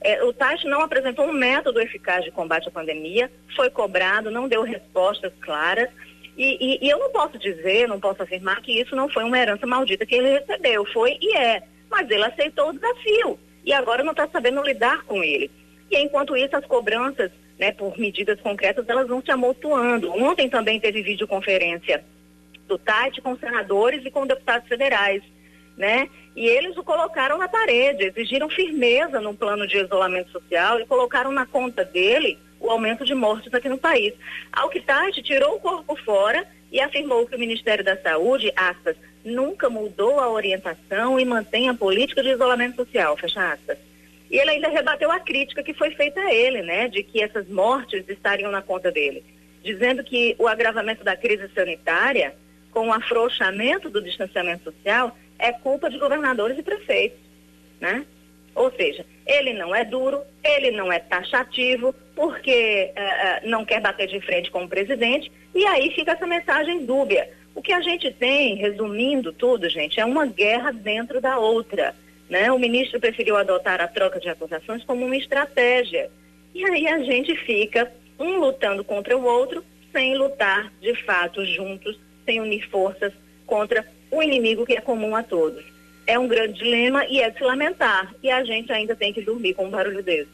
É, o Taixe não apresentou um método eficaz de combate à pandemia, foi cobrado, não deu respostas claras, e, e, e eu não posso dizer, não posso afirmar que isso não foi uma herança maldita que ele recebeu, foi e é, mas ele aceitou o desafio, e agora não está sabendo lidar com ele. E enquanto isso, as cobranças, né, por medidas concretas, elas vão se amontoando. Ontem também teve videoconferência do Taixe com senadores e com deputados federais, né? E eles o colocaram na parede, exigiram firmeza no plano de isolamento social e colocaram na conta dele o aumento de mortes aqui no país. Ao que Taixe tirou o corpo fora e afirmou que o Ministério da Saúde, aspas, nunca mudou a orientação e mantém a política de isolamento social, fecha aspas. E ele ainda rebateu a crítica que foi feita a ele, né, de que essas mortes estariam na conta dele, dizendo que o agravamento da crise sanitária, com o afrouxamento do distanciamento social, é culpa de governadores e prefeitos, né? Ou seja, ele não é duro, ele não é taxativo, porque uh, uh, não quer bater de frente com o presidente, e aí fica essa mensagem dúbia. O que a gente tem, resumindo tudo, gente, é uma guerra dentro da outra, né? O ministro preferiu adotar a troca de acusações como uma estratégia. E aí a gente fica um lutando contra o outro, sem lutar de fato juntos, sem unir forças contra o inimigo que é comum a todos. É um grande dilema e é de se lamentar. E a gente ainda tem que dormir com um barulho desse.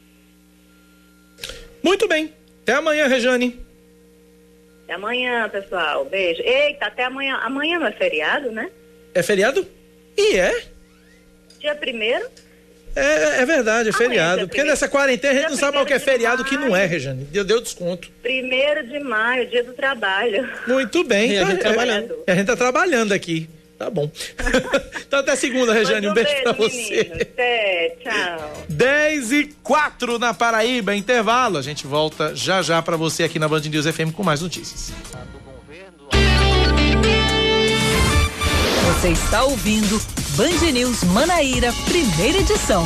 Muito bem. Até amanhã, Rejane. Até amanhã, pessoal. Beijo. Eita, até amanhã. Amanhã não é feriado, né? É feriado? E é? Dia primeiro? É, é verdade, é Amanhã, feriado. Porque primeiro. nessa quarentena a gente Dia não sabe mal o que é feriado, de que não é, Rejane. Deu, deu desconto. Primeiro de maio, dia do trabalho. Muito bem. E a gente tá, trabalhando. É, a gente tá trabalhando aqui. Tá bom. Então até segunda, Rejane. Um beijo, beijo pra você. Até, tchau. dez e quatro na Paraíba, intervalo. A gente volta já já pra você aqui na Band News F M com mais notícias. Você está ouvindo Band News Manaíra, primeira edição.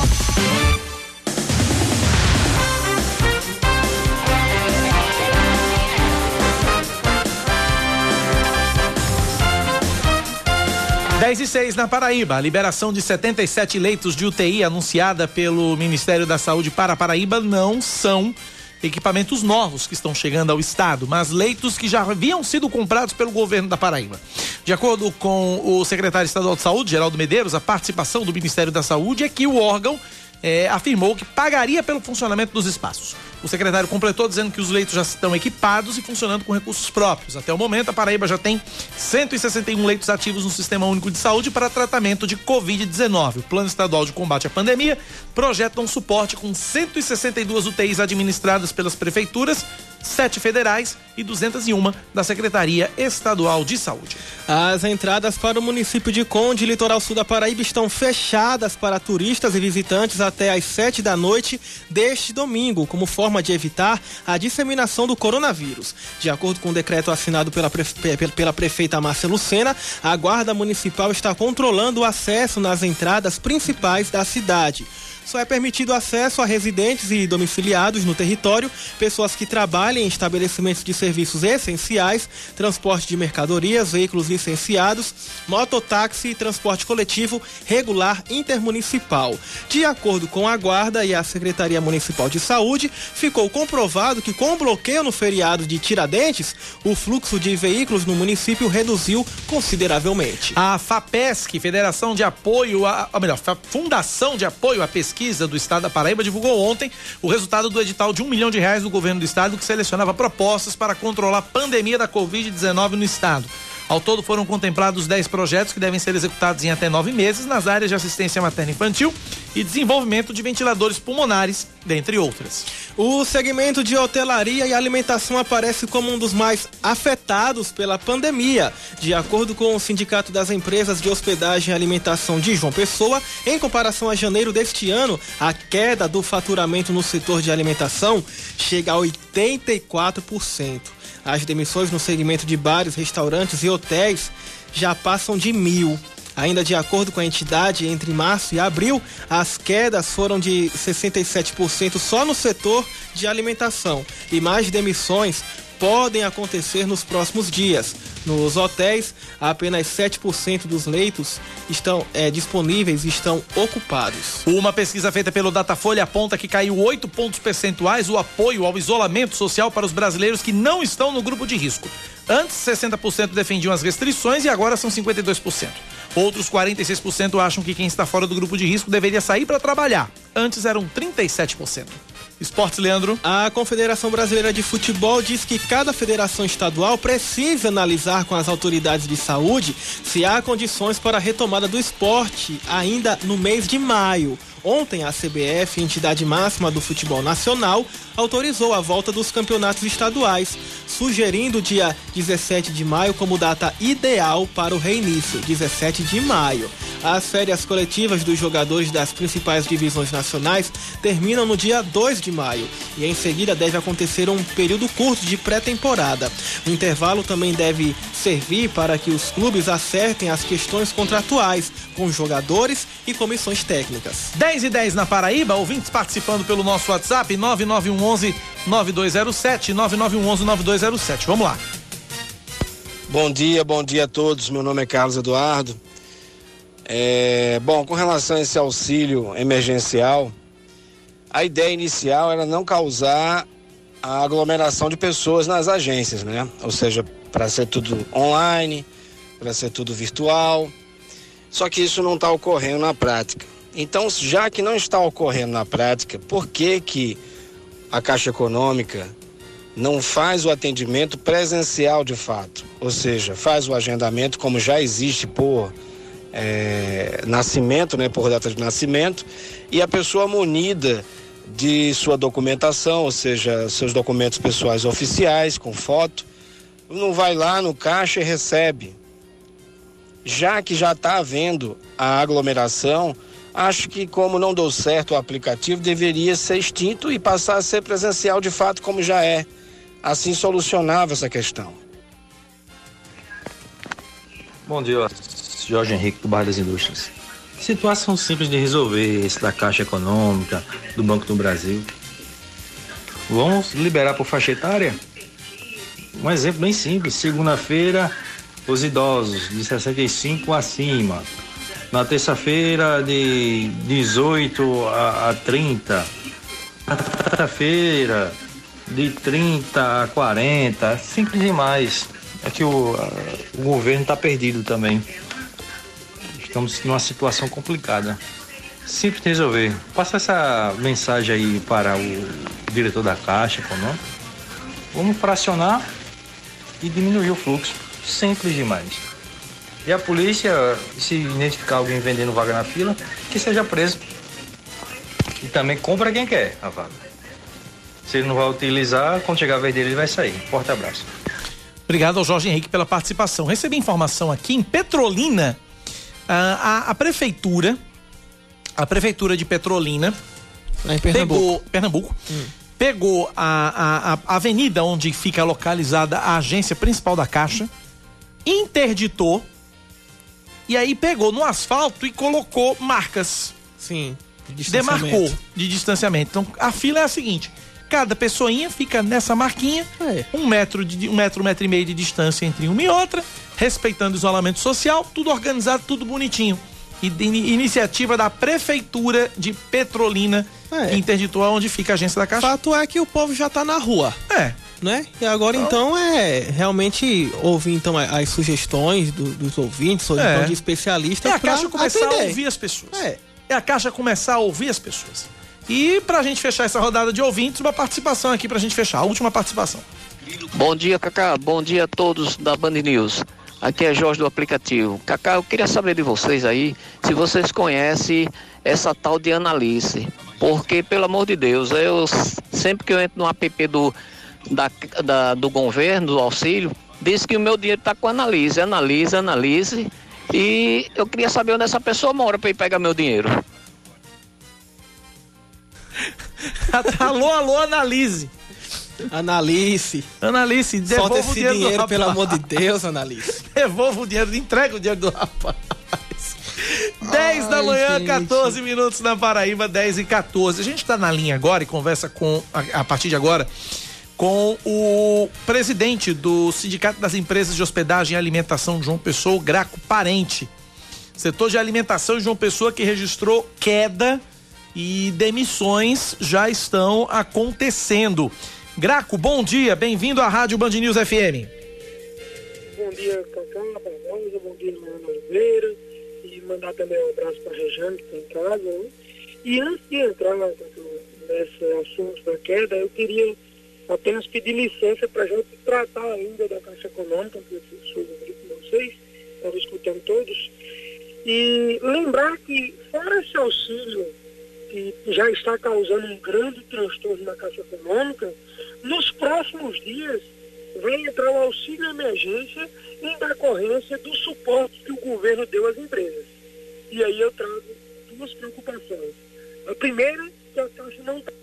dez e seis na Paraíba. A liberação de setenta e sete leitos de U T I anunciada pelo Ministério da Saúde para a Paraíba não são equipamentos novos que estão chegando ao estado, mas leitos que já haviam sido comprados pelo governo da Paraíba. De acordo com o secretário estadual de Saúde, Geraldo Medeiros, a participação do Ministério da Saúde é que o órgão é, afirmou que pagaria pelo funcionamento dos espaços. O secretário completou dizendo que os leitos já estão equipados e funcionando com recursos próprios. Até o momento, a Paraíba já tem cento e sessenta e um leitos ativos no Sistema Único de Saúde para tratamento de covid dezenove. O Plano Estadual de Combate à Pandemia projeta um suporte com cento e sessenta e duas U T Is administradas pelas prefeituras, sete federais e duzentas e uma da Secretaria Estadual de Saúde. As entradas para o município de Conde, litoral sul da Paraíba, estão fechadas para turistas e visitantes até às sete da noite deste domingo, como forma de evitar a disseminação do coronavírus. De acordo com o decreto assinado pela, prefe... pela prefeita Márcia Lucena, a Guarda Municipal está controlando o acesso nas entradas principais da cidade. Só é permitido acesso a residentes e domiciliados no território, pessoas que trabalhem em estabelecimentos de serviços essenciais, transporte de mercadorias, veículos licenciados, mototáxi e transporte coletivo regular intermunicipal. De acordo com a Guarda e a Secretaria Municipal de Saúde, ficou comprovado que com o bloqueio no feriado de Tiradentes, o fluxo de veículos no município reduziu consideravelmente. A FAPESC, Federação de Apoio, a, ou melhor, Fundação de Apoio à Pesquisa do Estado da Paraíba, divulgou ontem o resultado do edital de um milhão de reais do governo do estado que selecionava propostas para controlar a pandemia da covid dezenove no estado. Ao todo foram contemplados dez projetos que devem ser executados em até nove meses nas áreas de assistência materna infantil e desenvolvimento de ventiladores pulmonares, dentre outras. O segmento de hotelaria e alimentação aparece como um dos mais afetados pela pandemia. De acordo com o Sindicato das Empresas de Hospedagem e Alimentação de João Pessoa, em comparação a janeiro deste ano, a queda do faturamento no setor de alimentação chega a oitenta e quatro por cento. As demissões no segmento de bares, restaurantes e hotéis já passam de mil. Ainda de acordo com a entidade, entre março e abril, as quedas foram de sessenta e sete por cento só no setor de alimentação e mais demissões podem acontecer nos próximos dias. Nos hotéis, apenas sete por cento dos leitos estão é, disponíveis e estão ocupados. Uma pesquisa feita pelo Datafolha aponta que caiu oito pontos percentuais o apoio ao isolamento social para os brasileiros que não estão no grupo de risco. Antes, sessenta por cento defendiam as restrições e agora são cinquenta e dois por cento. Outros quarenta e seis por cento acham que quem está fora do grupo de risco deveria sair para trabalhar. Antes eram trinta e sete por cento. Esportes, Leandro. A Confederação Brasileira de Futebol diz que cada federação estadual precisa analisar com as autoridades de saúde se há condições para a retomada do esporte ainda no mês de maio. Ontem, a C B F, entidade máxima do futebol nacional, autorizou a volta dos campeonatos estaduais, sugerindo o dia dezessete de maio como data ideal para o reinício, dezessete de maio. As férias coletivas dos jogadores das principais divisões nacionais terminam no dia dois de maio e em seguida deve acontecer um período curto de pré-temporada. O intervalo também deve servir para que os clubes acertem as questões contratuais com jogadores e comissões técnicas. dez e dez na Paraíba, ouvintes participando pelo nosso WhatsApp nove nove um um um nove dois zero sete, nove nove um um nove dois zero sete. Vamos lá. Bom dia, bom dia a todos. Meu nome é Carlos Eduardo. É, bom, com relação a esse auxílio emergencial, a ideia inicial era não causar a aglomeração de pessoas nas agências, né? Ou seja, para ser tudo online, para ser tudo virtual. Só que isso não está ocorrendo na prática. Então, já que não está ocorrendo na prática, por que que a Caixa Econômica não faz o atendimento presencial de fato? Ou seja, faz o agendamento como já existe por é, nascimento, né, por data de nascimento, e a pessoa munida de sua documentação, ou seja, seus documentos pessoais oficiais, com foto, não vai lá no caixa e recebe. Já que já está havendo a aglomeração, acho que como não deu certo o aplicativo, deveria ser extinto e passar a ser presencial de fato como já é. Assim solucionava essa questão. Bom dia, Jorge Henrique do Bairro das Indústrias. Situação simples de resolver, esse da Caixa Econômica, do Banco do Brasil. Vamos liberar por faixa etária? Um exemplo bem simples, segunda-feira, os idosos de sessenta e cinco acima. Na terça-feira, de dezoito a trinta. Na quarta-feira, de trinta a quarenta. Simples demais. É que o, o governo está perdido também. Estamos numa situação complicada. Simples de resolver. Passa essa mensagem aí para o diretor da Caixa Econômica. Vamos fracionar e diminuir o fluxo. Simples demais. E a polícia, se identificar alguém vendendo vaga na fila, que seja preso. E também compra quem quer a vaga. Se ele não vai utilizar, quando chegar a vez dele, ele vai sair. Forte abraço. Obrigado ao Jorge Henrique pela participação. Recebi informação aqui em Petrolina, a, a, a prefeitura, a prefeitura de Petrolina, lá em Pernambuco, pegou, Pernambuco, hum. pegou a, a, a avenida onde fica localizada a agência principal da Caixa, interditou, e aí pegou no asfalto e colocou marcas. Sim. De demarcou de distanciamento. Então a fila é a seguinte: cada pessoinha fica nessa marquinha, é. um metro, de, um metro, um metro e meio de distância entre uma e outra, respeitando o isolamento social, tudo organizado, tudo bonitinho. E de, iniciativa da prefeitura de Petrolina, é. que interditou onde fica a agência da Caixa. Fato é que o povo já tá na rua. É. Né? E agora então, então é realmente ouvir então as, as sugestões do, dos ouvintes, ou é. então de especialistas. É a Caixa começar atender. a ouvir as pessoas. É. É a Caixa começar a ouvir as pessoas. E pra gente fechar essa rodada de ouvintes, uma participação aqui pra gente fechar, a última participação. Bom dia, Cacá, bom dia a todos da Band News. Aqui é Jorge do aplicativo. Cacá, eu queria saber de vocês aí, se vocês conhecem essa tal de Analice. Porque, pelo amor de Deus, eu sempre que eu entro no app do, da, da, do governo, do auxílio, diz que o meu dinheiro tá com a Analice, Analice, Analice. E eu queria saber onde essa pessoa mora para ir pegar meu dinheiro. Alô, alô, Analise. Analise. Analise, devolva Solta esse o dinheiro, dinheiro do pelo amor de Deus, Analise. Devolva o dinheiro, entrega o dinheiro do rapaz. dez Ai, da manhã, gente. catorze minutos na Paraíba, dez e catorze. A gente tá na linha agora e conversa com, a, a partir de agora, com o presidente do Sindicato das Empresas de Hospedagem e Alimentação de João Pessoa, o Graco Parente. Setor de alimentação de João Pessoa que registrou queda e demissões já estão acontecendo. Graco, bom dia, bem-vindo à Rádio Band News F M. Bom dia, Cacá, Barbosa, bom dia, Mariana Oliveira, e mandar também um abraço para a Rejane, que está em casa, né? E antes de entrar nesse assunto da queda, eu queria apenas pedir licença para a gente tratar ainda da Caixa Econômica, que eu sou do grupo de vocês, estava escutando todos, e lembrar que, fora esse auxílio que já está causando um grande transtorno na Caixa Econômica, nos próximos dias vai entrar o auxílio emergência em decorrência do suporte que o governo deu às empresas. E aí eu trago duas preocupações. A primeira, que a Caixa não está...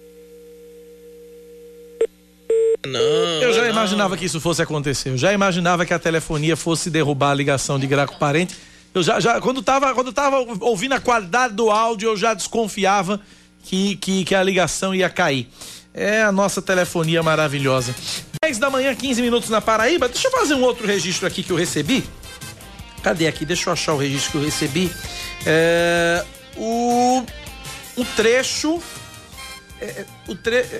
Não, eu já não. imaginava que isso fosse acontecer. Eu já imaginava que a telefonia fosse derrubar a ligação de Graco Parente. Eu já, já quando estava quando tava ouvindo a qualidade do áudio, eu já desconfiava que, que, que a ligação ia cair. É a nossa telefonia maravilhosa. dez da manhã, quinze minutos na Paraíba. Deixa eu fazer um outro registro aqui que eu recebi. Cadê aqui? Deixa eu achar o registro que eu recebi. É, o, o trecho... É, o tre, é,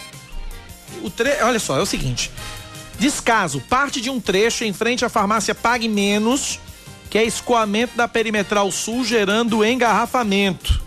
o tre, olha só, é o seguinte. Descaso. Parte de um trecho em frente à farmácia Pague Menos, que é escoamento da Perimetral Sul, gerando engarrafamento.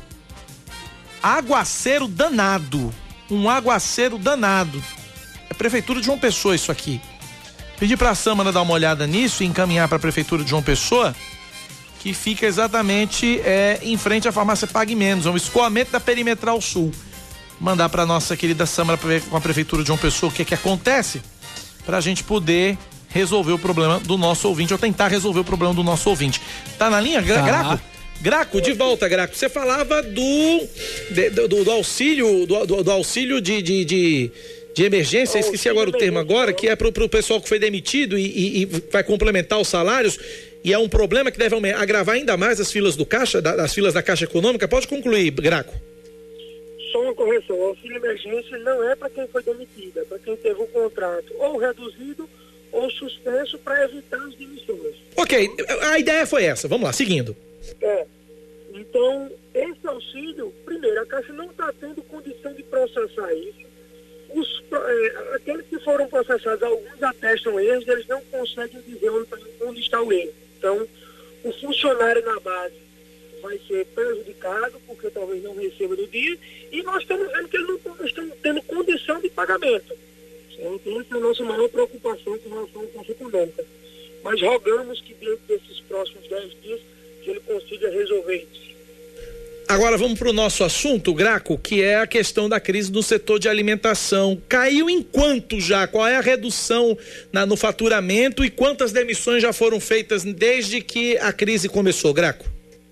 Aguaceiro danado. Um aguaceiro danado. É a Prefeitura de João Pessoa isso aqui. Pedi pra Sâmara dar uma olhada nisso e encaminhar pra Prefeitura de João Pessoa, que fica exatamente é, em frente à farmácia Pague Menos, é um escoamento da Perimetral Sul. Mandar pra nossa querida Sâmara com a Prefeitura de João Pessoa o que é que acontece, pra gente poder resolver o problema do nosso ouvinte, ou tentar resolver o problema do nosso ouvinte. Tá na linha, Gra- tá. Graco? Graco, de volta, Graco. Você falava do, de, do, do auxílio, do, do, do auxílio de, de, de, de emergência, esqueci agora o termo agora, que é pro, pro pessoal que foi demitido e, e, e vai complementar os salários, e é um problema que deve agravar ainda mais as filas do Caixa, das filas da Caixa Econômica. Pode concluir, Graco. Só uma correção, o auxílio emergência não é para quem foi demitido, é para quem teve o contrato ou reduzido ou suspenso para evitar as demissões. Ok, a ideia foi essa, vamos lá, seguindo. É, então, esse auxílio, primeiro, a Caixa não está tendo condição de processar isso. Os, é, aqueles que foram processados, alguns atestam erros, eles não conseguem dizer onde, onde está o erro. Então, o funcionário na base vai ser prejudicado, porque talvez não receba no dia, e nós estamos vendo que eles não estão tendo condição de pagamento. Então, essa é a nossa maior preocupação com relação à Caixa Econômica. Mas rogamos que dentro desses próximos dez dias que ele consiga resolver isso. Agora vamos para o nosso assunto, Graco, que é a questão da crise no setor de alimentação. Caiu em quanto já? Qual é a redução na, no faturamento e quantas demissões já foram feitas desde que a crise começou, Graco?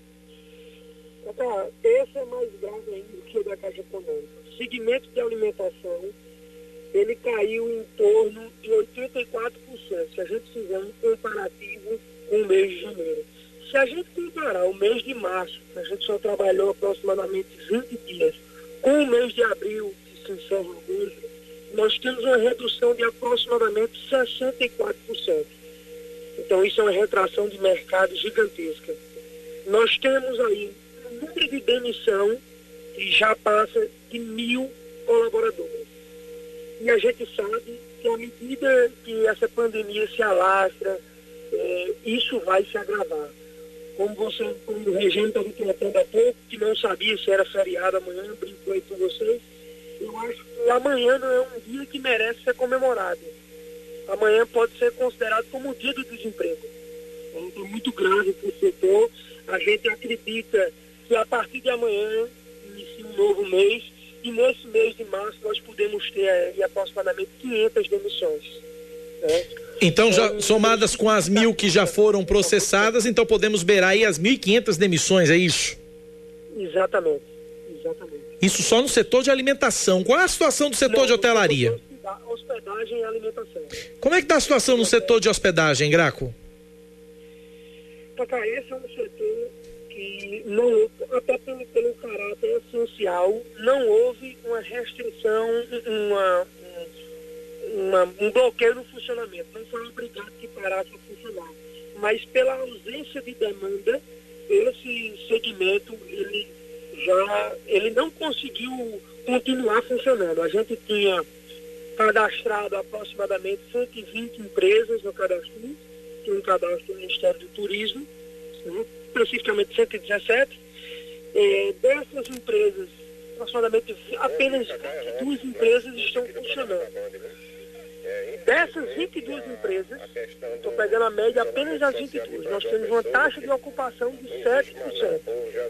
Tá, esse é mais grave ainda do que o da Caixa Econômica. O segmento de alimentação, ele caiu em torno de oitenta e quatro por cento, se a gente fizer um comparativo com o mês de janeiro. Se a gente comparar o mês de março, que a gente só trabalhou aproximadamente vinte dias, com o mês de abril, que se encerra hoje, nós temos uma redução de aproximadamente sessenta e quatro por cento. Então isso é uma retração de mercado gigantesca. Nós temos aí um número de demissão que já passa de mil colaboradores. E a gente sabe que à medida que essa pandemia se alastra, é, isso vai se agravar. Como você, como o Regente estava tratando há pouco, que não sabia se era feriado amanhã, brincou aí com vocês, eu acho que amanhã não é um dia que merece ser comemorado. Amanhã pode ser considerado como o dia do desemprego. Então, é muito grave para o setor. A gente acredita que a partir de amanhã inicia um novo mês, e nesse mês de março nós podemos ter aí aproximadamente quinhentas demissões. Né? Então, já somadas com as mil que já foram processadas, então podemos beirar aí as mil e quinhentas demissões, é isso? Exatamente, exatamente. Isso só no setor de alimentação. Qual é a situação do setor Não, de hotelaria? Hospedagem e alimentação. Como é que está a situação no setor de hospedagem, Graco? Cacá, esse é um setor que, não, até pelo, pelo caráter essencial, não houve uma restrição, uma, uma, um bloqueio no funcionamento, não foi obrigado que parasse a funcionar, mas pela ausência de demanda, esse segmento ele já ele não conseguiu continuar funcionando. A gente tinha cadastrado aproximadamente cento e vinte empresas no cadastro, tinha um cadastro do Ministério do Turismo, né, especificamente cento e dezessete. É, dessas empresas, aproximadamente apenas vinte e duas empresas estão funcionando. Dessas vinte e duas empresas, estou pegando a média apenas das vinte e duas, nós temos uma taxa de ocupação de sete por cento.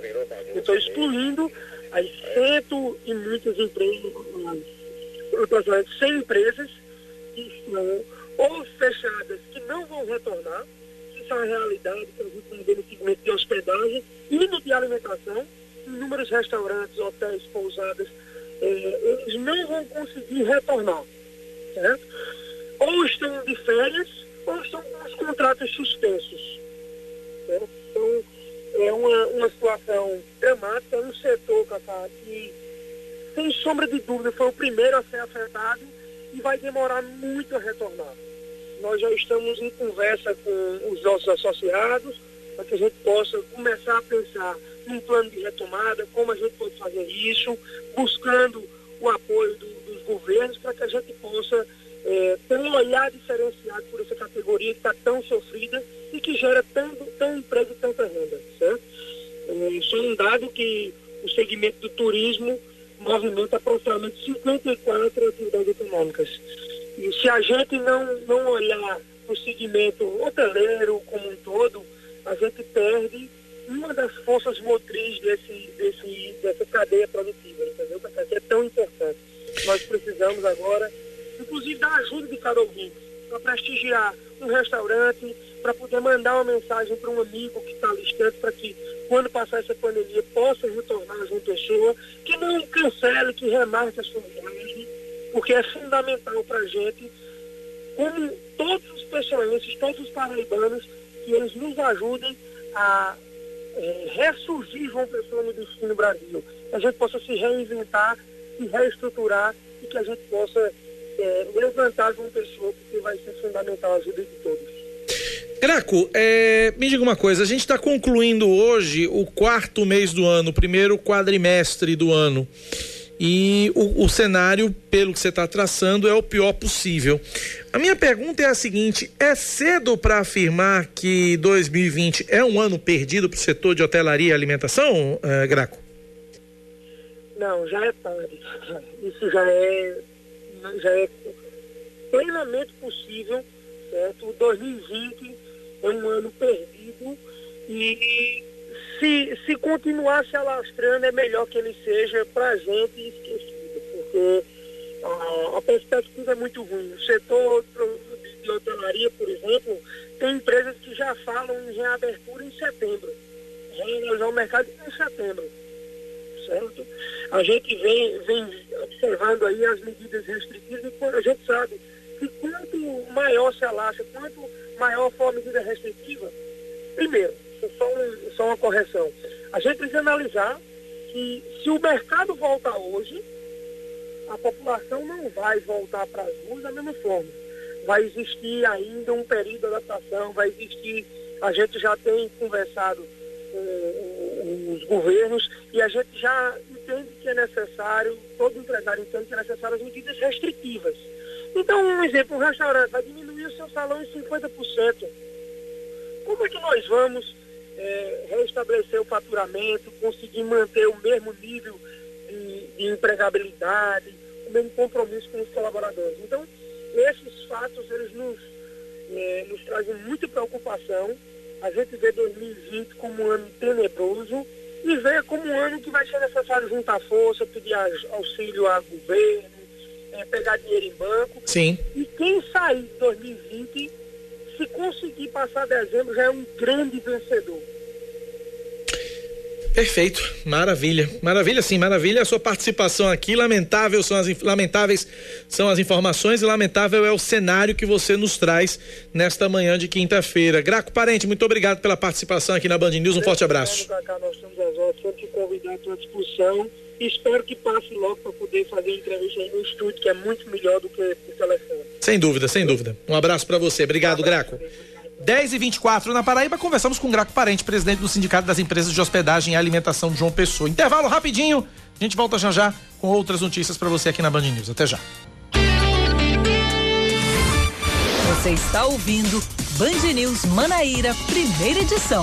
Eu estou excluindo as cento e muitas empresas, aproximadamente cem empresas que estão ou fechadas, que não vão retornar, que isso é uma realidade que a gente tem no segmento de hospedagem e no de alimentação. Inúmeros restaurantes, hotéis, pousadas, eh, eles não vão conseguir retornar, certo? Ou estão de férias, ou estão com os contratos suspensos, certo? Então, é uma, uma situação dramática, é um setor, Cacá, que, sem sombra de dúvida, foi o primeiro a ser afetado e vai demorar muito a retornar. Nós já estamos em conversa com os nossos associados, para que a gente possa começar a pensar num plano de retomada, como a gente pode fazer isso, buscando o apoio do, dos governos, para que a gente possa é, ter um olhar diferenciado por essa categoria que está tão sofrida e que gera tanto, tão emprego e tanta renda, certo? É, só um dado que o segmento do turismo movimenta aproximadamente cinquenta e quatro atividades econômicas. E se a gente não, não olhar o segmento hoteleiro como um todo, a gente perde uma das forças motrizes desse, desse, dessa cadeia produtiva, entendeu? Que é tão importante. Nós precisamos agora, inclusive, da ajuda de cada ouvinte, para prestigiar um restaurante, para poder mandar uma mensagem para um amigo que está distante, para que, quando passar essa pandemia, possa retornar a uma pessoa, que não cancele, que remarque a sua viagem, porque é fundamental para a gente, como todos os pessoenses, todos os paraibanos, que eles nos ajudem a é, ressurgir João Pessoa no destino Brasil. Que a gente possa se reinventar, se reestruturar e que a gente possa é, levantar João Pessoa, porque vai ser fundamental a ajuda de todos. Graco, é, me diga uma coisa, a gente está concluindo hoje o quarto mês do ano, o primeiro quadrimestre do ano. E o, o cenário, pelo que você está traçando, é o pior possível. A minha pergunta é a seguinte: é cedo para afirmar que dois mil e vinte é um ano perdido para o setor de hotelaria e alimentação, uh, Graco? Não, já é tarde. Isso já é, já é plenamente possível, certo? dois mil e vinte é um ano perdido e Se, se continuar se alastrando, é melhor que ele seja para a gente esquecido, porque a, a perspectiva é muito ruim. O setor de, de hotelaria, por exemplo, tem empresas que já falam em reabertura em setembro, reanalisar o mercado em setembro, certo? A gente vem, vem observando aí as medidas restritivas e a gente sabe que quanto maior se alastra, quanto maior for a medida restritiva, primeiro, Só, um, só uma correção. A gente precisa analisar que se o mercado voltar hoje, a população não vai voltar para as ruas da mesma forma. Vai existir ainda um período de adaptação, vai existir, a gente já tem conversado com os governos e a gente já entende que é necessário, todo empresário entende que é necessário as medidas restritivas. Então, um exemplo, um restaurante vai diminuir o seu salão em cinquenta por cento. Como é que nós vamos É, restabelecer o faturamento, conseguir manter o mesmo nível de, de empregabilidade, o mesmo compromisso com os colaboradores? Então, esses fatos, eles nos, é, nos trazem muita preocupação. A gente vê dois mil e vinte como um ano tenebroso e vê como um ano que vai ser necessário juntar força, pedir auxílio ao governo, é, pegar dinheiro em banco. Sim. E quem sair de dois mil e vinte, se conseguir passar dezembro, já é um grande vencedor. Perfeito, maravilha, maravilha sim, maravilha a sua participação aqui. Lamentável são as, lamentáveis são as informações e lamentável é o cenário que você nos traz nesta manhã de quinta-feira. Graco Parente, muito obrigado pela participação aqui na Band News, um forte abraço. Cacá, nós estamos às ordens, sempre convidar a tua discussão e espero que passe logo para poder fazer a entrevista aí no estúdio, que é muito melhor do que por telefone. Sem dúvida, sem dúvida. Um abraço para você. Obrigado, Graco. dez e vinte e quatro na Paraíba, conversamos com o Graco Parente, presidente do Sindicato das Empresas de Hospedagem e Alimentação de João Pessoa. Intervalo rapidinho, a gente volta já já com outras notícias para você aqui na Band News. Até já. Você está ouvindo Band News Manaíra, primeira edição.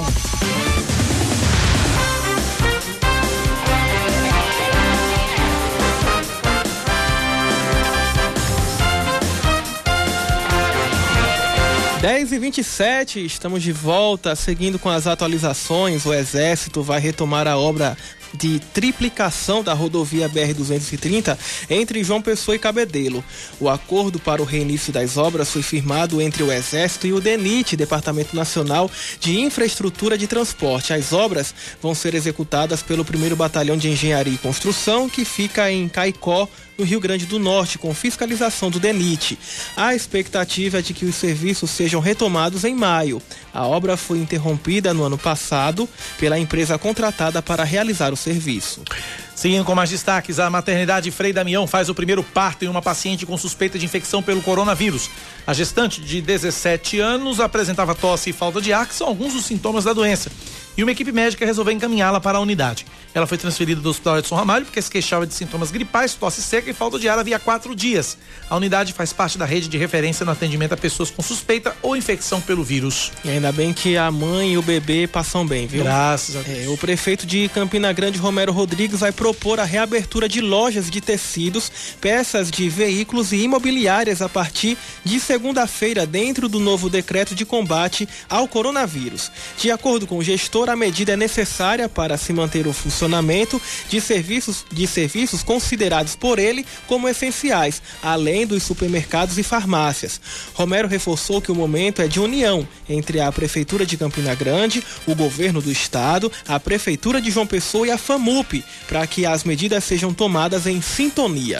dez e vinte e sete, estamos de volta, seguindo com as atualizações. O Exército vai retomar a obra de triplicação da rodovia B R duzentos e trinta entre João Pessoa e Cabedelo. O acordo para o reinício das obras foi firmado entre o Exército e o DENIT, Departamento Nacional de Infraestrutura de Transporte. As obras vão ser executadas pelo primeiro Batalhão de Engenharia e Construção, que fica em Caicó, no Rio Grande do Norte, com fiscalização do DENIT. A expectativa é de que os serviços sejam retomados em maio. A obra foi interrompida no ano passado pela empresa contratada para realizar o serviço. Seguindo com mais destaques, a maternidade Frei Damião faz o primeiro parto em uma paciente com suspeita de infecção pelo coronavírus. A gestante de dezessete anos apresentava tosse e falta de ar, que são alguns dos sintomas da doença. E uma equipe médica resolveu encaminhá-la para a unidade. Ela foi transferida do Hospital Edson Ramalho porque se queixava de sintomas gripais, tosse seca e falta de ar havia quatro dias. A unidade faz parte da rede de referência no atendimento a pessoas com suspeita ou infecção pelo vírus. E ainda bem que a mãe e o bebê passam bem, viu? Graças a Deus. É, o prefeito de Campina Grande, Romero Rodrigues, vai propor a reabertura de lojas de tecidos, peças de veículos e imobiliárias a partir de segunda-feira, dentro do novo decreto de combate ao coronavírus. De acordo com o gestor, a medida é necessária para se manter o funcionamento de serviços, de serviços considerados por ele como essenciais, além dos supermercados e farmácias. Romero reforçou que o momento é de união entre a Prefeitura de Campina Grande, o governo do estado, a Prefeitura de João Pessoa e a FAMUP, para que as medidas sejam tomadas em sintonia.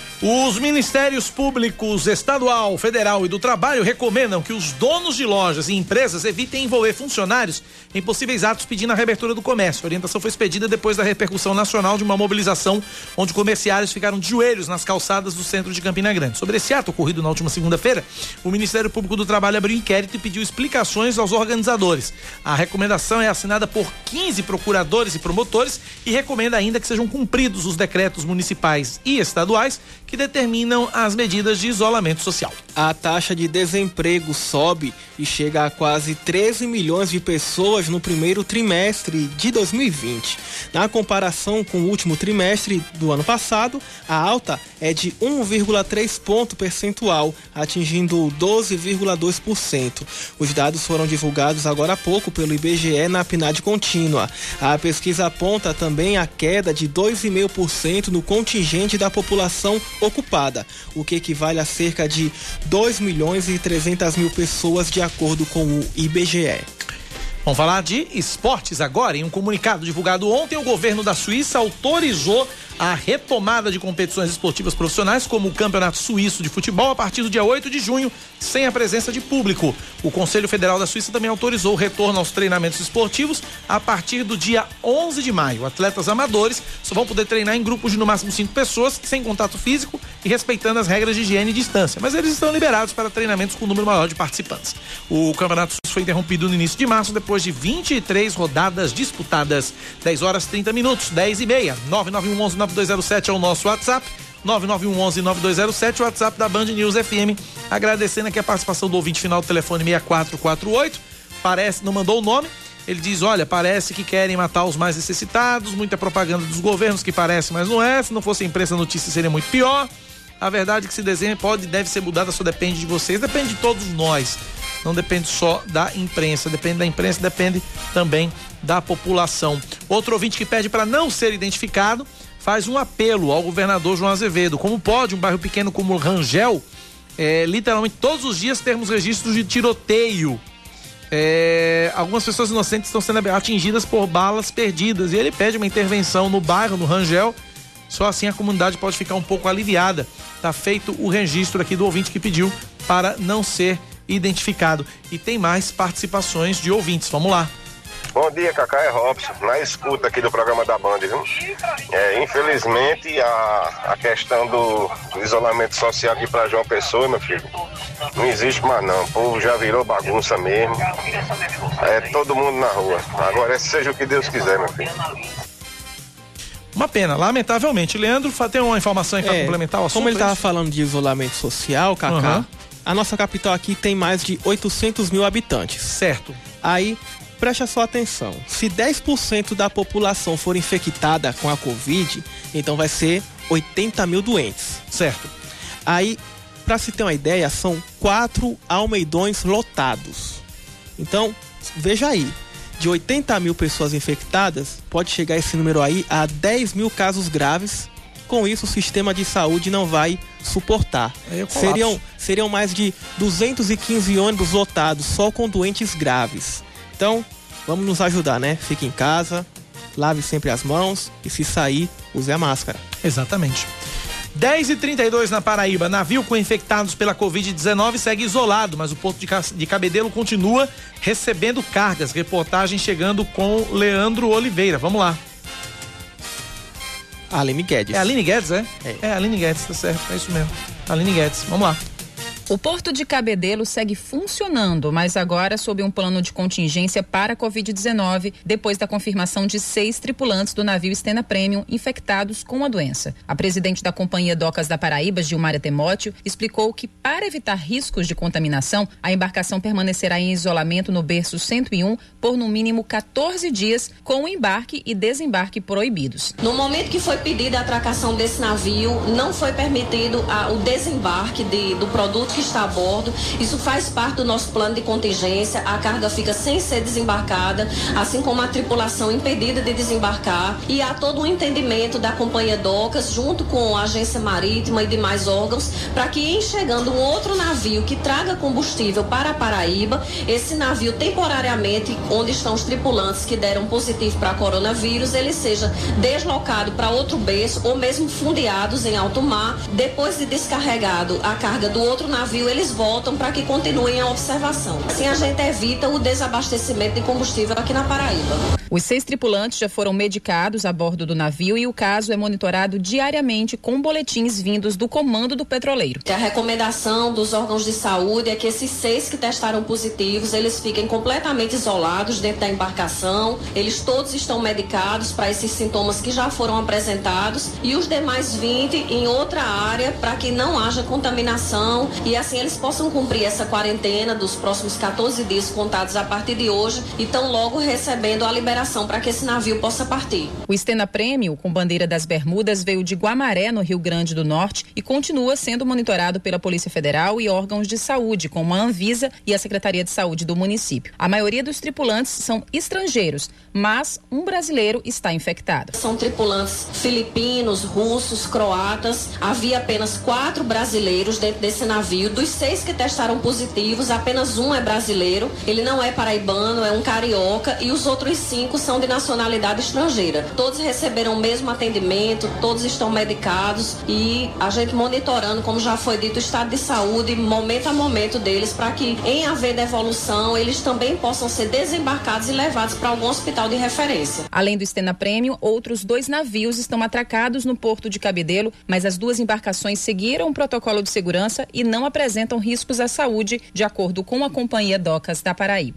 Os Ministérios Públicos Estadual, Federal e do Trabalho recomendam que os donos de lojas e empresas evitem envolver funcionários em possíveis atos pedindo a reabertura do comércio. A orientação foi expedida depois da repercussão nacional de uma mobilização onde comerciários ficaram de joelhos nas calçadas do centro de Campina Grande. Sobre esse ato ocorrido na última segunda-feira, o Ministério Público do Trabalho abriu inquérito e pediu explicações aos organizadores. A recomendação é assinada por quinze procuradores e promotores e recomenda ainda que sejam cumpridos os decretos municipais e estaduais que determinam as medidas de isolamento social. A taxa de desemprego sobe e chega a quase treze milhões de pessoas no primeiro trimestre de dois mil e vinte. Na comparação com o último trimestre do ano passado, a alta é de um vírgula três ponto percentual, atingindo doze vírgula dois por cento. Os dados foram divulgados agora há pouco pelo I B G E na PNAD contínua. A pesquisa aponta também a queda de dois vírgula cinco por cento no contingente da população ocupada, o que equivale a cerca de dois milhões e trezentas mil pessoas, de acordo com o I B G E. Vamos falar de esportes agora. Em um comunicado divulgado ontem, o governo da Suíça autorizou a retomada de competições esportivas profissionais, como o Campeonato Suíço de Futebol, a partir do dia oito de junho, sem a presença de público. O Conselho Federal da Suíça também autorizou o retorno aos treinamentos esportivos a partir do dia onze de maio. Atletas amadores só vão poder treinar em grupos de no máximo cinco pessoas, sem contato físico e respeitando as regras de higiene e distância. Mas eles estão liberados para treinamentos com um número maior de participantes. O Campeonato Suíço foi interrompido no início de março, depois de vinte e três rodadas disputadas. dez horas e trinta minutos, dez e meia. nove nove um um nove dois zero sete é o nosso WhatsApp. nove nove um um nove dois zero sete, o WhatsApp da Band News F M. Agradecendo aqui a participação do ouvinte final do telefone seis quatro quatro oito. Parece, não mandou o nome. Ele diz, olha, parece que querem matar os mais necessitados, muita propaganda dos governos que parece, mas não é. Se não fosse a imprensa, a notícia seria muito pior. A verdade é que se desenha pode e deve ser mudada, só depende de vocês, depende de todos nós. Não depende só da imprensa, depende da imprensa, depende também da população. Outro ouvinte que pede para não ser identificado faz um apelo ao governador João Azevedo. Como pode um bairro pequeno como Rangel, é, literalmente todos os dias termos registros de tiroteio? É, algumas pessoas inocentes estão sendo atingidas por balas perdidas e ele pede uma intervenção no bairro, no Rangel. Só assim a comunidade pode ficar um pouco aliviada. Tá feito o registro aqui do ouvinte que pediu para não ser identificado. E tem mais participações de ouvintes. Vamos lá. Bom dia, Cacá, é Robson, na escuta aqui do programa da Band, viu? É, infelizmente, a, a questão do, do isolamento social aqui para João Pessoa, meu filho, não existe mais não, o povo já virou bagunça mesmo, é todo mundo na rua, agora seja o que Deus quiser, meu filho. Uma pena, lamentavelmente. Leandro, tem uma informação aí para é, complementar o assunto? Como ele estava falando de isolamento social, Cacá, uhum. a nossa capital aqui tem mais de oitocentos mil habitantes. Certo. Aí, preste só atenção, se dez por cento da população for infectada com a Covid, então vai ser oitenta mil doentes. Certo. Aí, para se ter uma ideia, são quatro almeidões lotados. Então, veja aí, de oitenta mil pessoas infectadas, pode chegar esse número aí a dez mil casos graves. Com isso, o sistema de saúde não vai suportar. Seriam, seriam mais de duzentos e quinze ônibus lotados só com doentes graves. Então, vamos nos ajudar, né? Fique em casa, lave sempre as mãos e se sair, use a máscara. Exatamente. dez e trinta e dois na Paraíba. Navio com infectados pela covid dezenove segue isolado, mas o porto de, de Cabedelo continua recebendo cargas. Reportagem chegando com Leandro Oliveira. Vamos lá. A Aline Guedes. É a Aline Guedes, é? É. É a Aline Guedes, tá certo. É isso mesmo. Aline Guedes. Vamos lá. O Porto de Cabedelo segue funcionando, mas agora sob um plano de contingência para a covid dezenove, depois da confirmação de seis tripulantes do navio Stena Premium infectados com a doença. A presidente da Companhia Docas da Paraíba, Gilmária Temóteo, explicou que, para evitar riscos de contaminação, a embarcação permanecerá em isolamento no berço cento e um por no mínimo quatorze dias, com embarque e desembarque proibidos. No momento que foi pedida a atracação desse navio, não foi permitido a, o desembarque de, do produto que está a bordo. Isso faz parte do nosso plano de contingência. A carga fica sem ser desembarcada, assim como a tripulação impedida de desembarcar, e há todo um entendimento da Companhia Docas junto com a Agência Marítima e demais órgãos para que, em chegando um outro navio que traga combustível para a Paraíba, esse navio temporariamente, onde estão os tripulantes que deram positivo para coronavírus, ele seja deslocado para outro berço ou mesmo fundeados em alto mar. Depois de descarregado a carga do outro navio, eles voltam para que continuem a observação. Assim a gente evita o desabastecimento de combustível aqui na Paraíba. Os seis tripulantes já foram medicados a bordo do navio e o caso é monitorado diariamente com boletins vindos do comando do petroleiro. A recomendação dos órgãos de saúde é que esses seis que testaram positivos, eles fiquem completamente isolados dentro da embarcação. Eles todos estão medicados para esses sintomas que já foram apresentados e os demais vinte em outra área para que não haja contaminação e assim eles possam cumprir essa quarentena dos próximos quatorze dias contados a partir de hoje e estão logo recebendo a liberação para que esse navio possa partir. O Stena Premium, com bandeira das Bermudas, veio de Guamaré, no Rio Grande do Norte, e continua sendo monitorado pela Polícia Federal e órgãos de saúde, como a Anvisa e a Secretaria de Saúde do município. A maioria dos tripulantes são estrangeiros, mas um brasileiro está infectado. São tripulantes filipinos, russos, croatas. Havia apenas quatro brasileiros dentro desse navio. Dos seis que testaram positivos, apenas um é brasileiro. Ele não é paraibano, é um carioca, e os outros cinco são de nacionalidade estrangeira. Todos receberam o mesmo atendimento, todos estão medicados e a gente monitorando, como já foi dito, o estado de saúde momento a momento deles, para que, em haver devolução, eles também possam ser desembarcados e levados para algum hospital de referência. Além do Stena Premium, outros dois navios estão atracados no Porto de Cabedelo, mas as duas embarcações seguiram o protocolo de segurança e não apresentam riscos à saúde, de acordo com a Companhia Docas da Paraíba.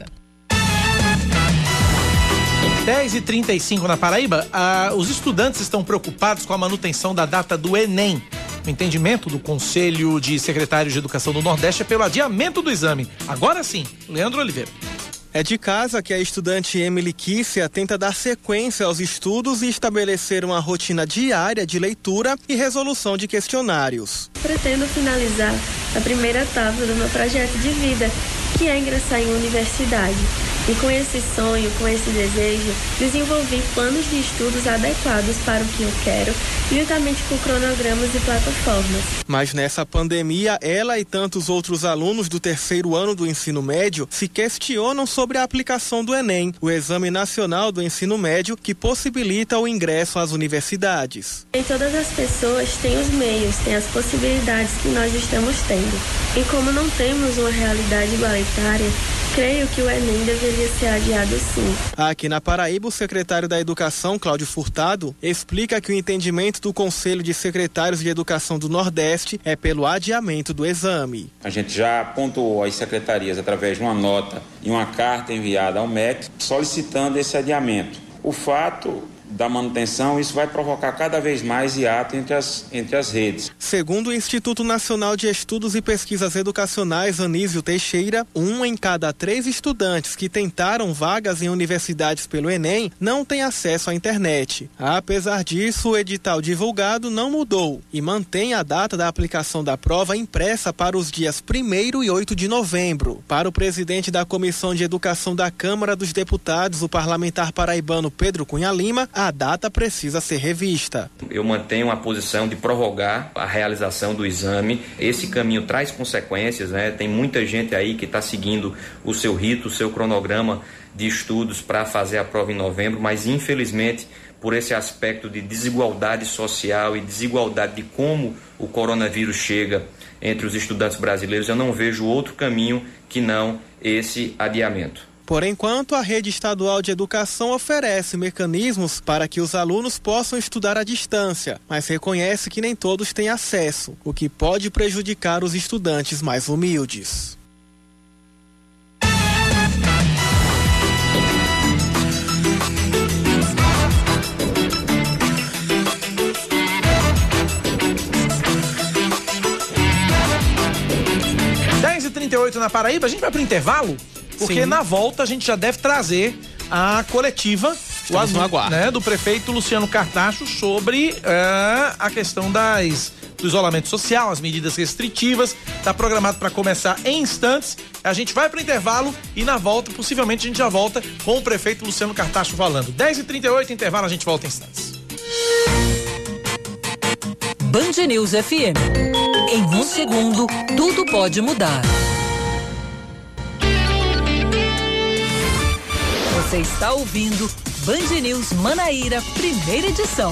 dez e trinta e cinco na Paraíba, ah, os estudantes estão preocupados com a manutenção da data do Enem. O entendimento do Conselho de Secretários de Educação do Nordeste é pelo adiamento do exame. Agora sim, Leandro Oliveira. É de casa que a estudante Emily Kissia tenta dar sequência aos estudos e estabelecer uma rotina diária de leitura e resolução de questionários. Pretendo finalizar a primeira etapa do meu projeto de vida, que é ingressar em uma universidade. E com esse sonho, com esse desejo, desenvolvi planos de estudos adequados para o que eu quero, juntamente com cronogramas e plataformas. Mas nessa pandemia, ela e tantos outros alunos do terceiro ano do ensino médio se questionam sobre a aplicação do Enem, o Exame Nacional do Ensino Médio, que possibilita o ingresso às universidades. Nem todas as pessoas têm os meios, têm as possibilidades que nós estamos tendo. E como não temos uma realidade igualitária, Creio que o Enem deveria ser adiado sim. Aqui na Paraíba, o secretário da Educação, Cláudio Furtado, explica que o entendimento do Conselho de Secretários de Educação do Nordeste é pelo adiamento do exame. A gente já pontuou às secretarias através de uma nota e uma carta enviada ao M E C solicitando esse adiamento. O fato da manutenção, isso vai provocar cada vez mais hiato entre as, entre as redes. Segundo o Instituto Nacional de Estudos e Pesquisas Educacionais, Anísio Teixeira, um em cada três estudantes que tentaram vagas em universidades pelo Enem não tem acesso à internet. Apesar disso, o edital divulgado não mudou e mantém a data da aplicação da prova impressa para os dias primeiro e oito de novembro. Para o presidente da Comissão de Educação da Câmara dos Deputados, o parlamentar paraibano Pedro Cunha Lima, a data precisa ser revista. Eu mantenho a posição de prorrogar a realização do exame. Esse caminho traz consequências, né? Tem muita gente aí que está seguindo o seu rito, o seu cronograma de estudos para fazer a prova em novembro, mas infelizmente, por esse aspecto de desigualdade social e desigualdade de como o coronavírus chega entre os estudantes brasileiros, eu não vejo outro caminho que não esse adiamento. Por enquanto, a rede estadual de educação oferece mecanismos para que os alunos possam estudar à distância, mas reconhece que nem todos têm acesso, o que pode prejudicar os estudantes mais humildes. dez e trinta e oito na Paraíba, a gente vai pro intervalo? Porque Sim. na volta a gente já deve trazer a coletiva o anúncio, né, do prefeito Luciano Cartacho sobre uh, a questão das, do isolamento social, as medidas restritivas. Está programado para começar em instantes. A gente vai para o intervalo e na volta, possivelmente, a gente já volta com o prefeito Luciano Cartacho falando. dez e trinta e oito, intervalo, a gente volta em instantes. Band News F M. Em um segundo, tudo pode mudar. Você está ouvindo Band News Manaíra, primeira edição.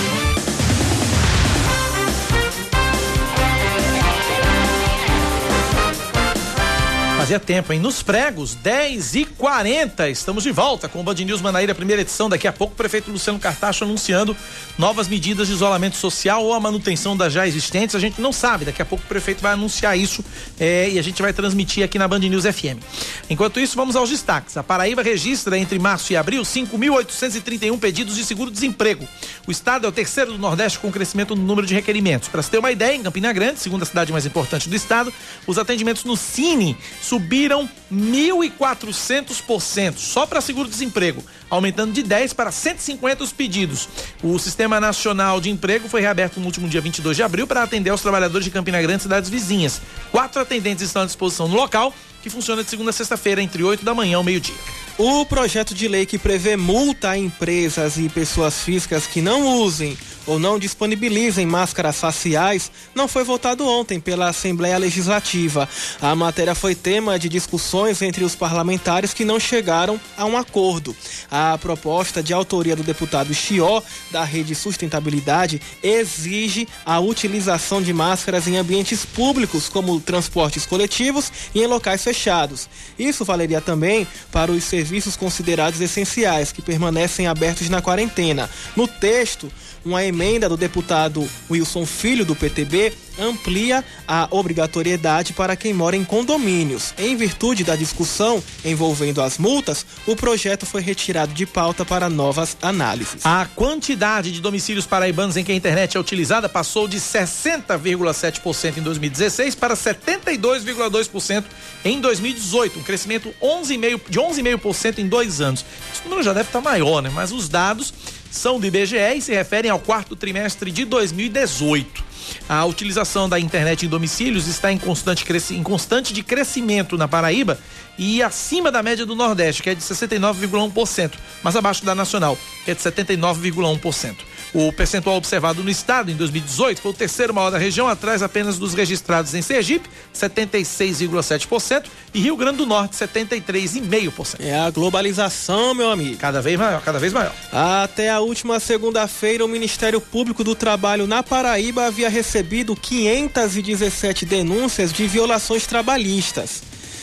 Fazia tempo, hein? Nos pregos, dez e quarenta, estamos de volta com o Band News Manaíra, primeira edição. Daqui a pouco o prefeito Luciano Cartacho anunciando novas medidas de isolamento social ou a manutenção das já existentes. A gente não sabe, daqui a pouco o prefeito vai anunciar isso é, e a gente vai transmitir aqui na Band News F M. Enquanto isso, vamos aos destaques. A Paraíba registra entre março e abril cinco mil oitocentos e trinta e um pedidos de seguro-desemprego. O estado é o terceiro do Nordeste com crescimento no número de requerimentos. Para se ter uma ideia, em Campina Grande, segunda cidade mais importante do estado, os atendimentos no Cine subiram mil e quatrocentos por cento só para seguro-desemprego, aumentando de dez para cento e cinquenta os pedidos. O Sistema Nacional de Emprego foi reaberto no último dia vinte e dois de abril para atender aos trabalhadores de Campina Grande e cidades vizinhas. Quatro atendentes estão à disposição no local, que funciona de segunda a sexta-feira, entre oito da manhã ao meio-dia. O projeto de lei que prevê multa a empresas e pessoas físicas que não usem ou não disponibilizem máscaras faciais não foi votado ontem pela Assembleia Legislativa. A matéria foi tema de discussões entre os parlamentares que não chegaram a um acordo. A proposta de autoria do deputado Chió, da Rede Sustentabilidade, exige a utilização de máscaras em ambientes públicos, como transportes coletivos e em locais fechados. Isso valeria também para os serviços considerados essenciais, que permanecem abertos na quarentena. No texto, uma emenda do deputado Wilson Filho, do P T B, amplia a obrigatoriedade para quem mora em condomínios. Em virtude da discussão envolvendo as multas, o projeto foi retirado de pauta para novas análises. A quantidade de domicílios paraibanos em que a internet é utilizada passou de sessenta vírgula sete por cento em dois mil e dezesseis para setenta e dois vírgula dois por cento em dois mil e dezoito, um crescimento onze vírgula cinco por cento de onze vírgula cinco por cento em dois anos. Esse número já deve estar maior, né? Mas os dados são do I B G E e se referem ao quarto trimestre de dois mil e dezoito. A utilização da internet em domicílios está em constante, cresci- em constante de crescimento na Paraíba e acima da média do Nordeste, que é de sessenta e nove vírgula um por cento, mas abaixo da nacional, que é de setenta e nove vírgula um por cento. O percentual observado no estado em dois mil e dezoito foi o terceiro maior da região, atrás apenas dos registrados em Sergipe, setenta e seis vírgula sete por cento, e Rio Grande do Norte, setenta e três vírgula cinco por cento. É a globalização, meu amigo. Cada vez maior, cada vez maior. Até a última segunda-feira, o Ministério Público do Trabalho na Paraíba havia recebido quinhentas e dezessete denúncias de violações trabalhistas.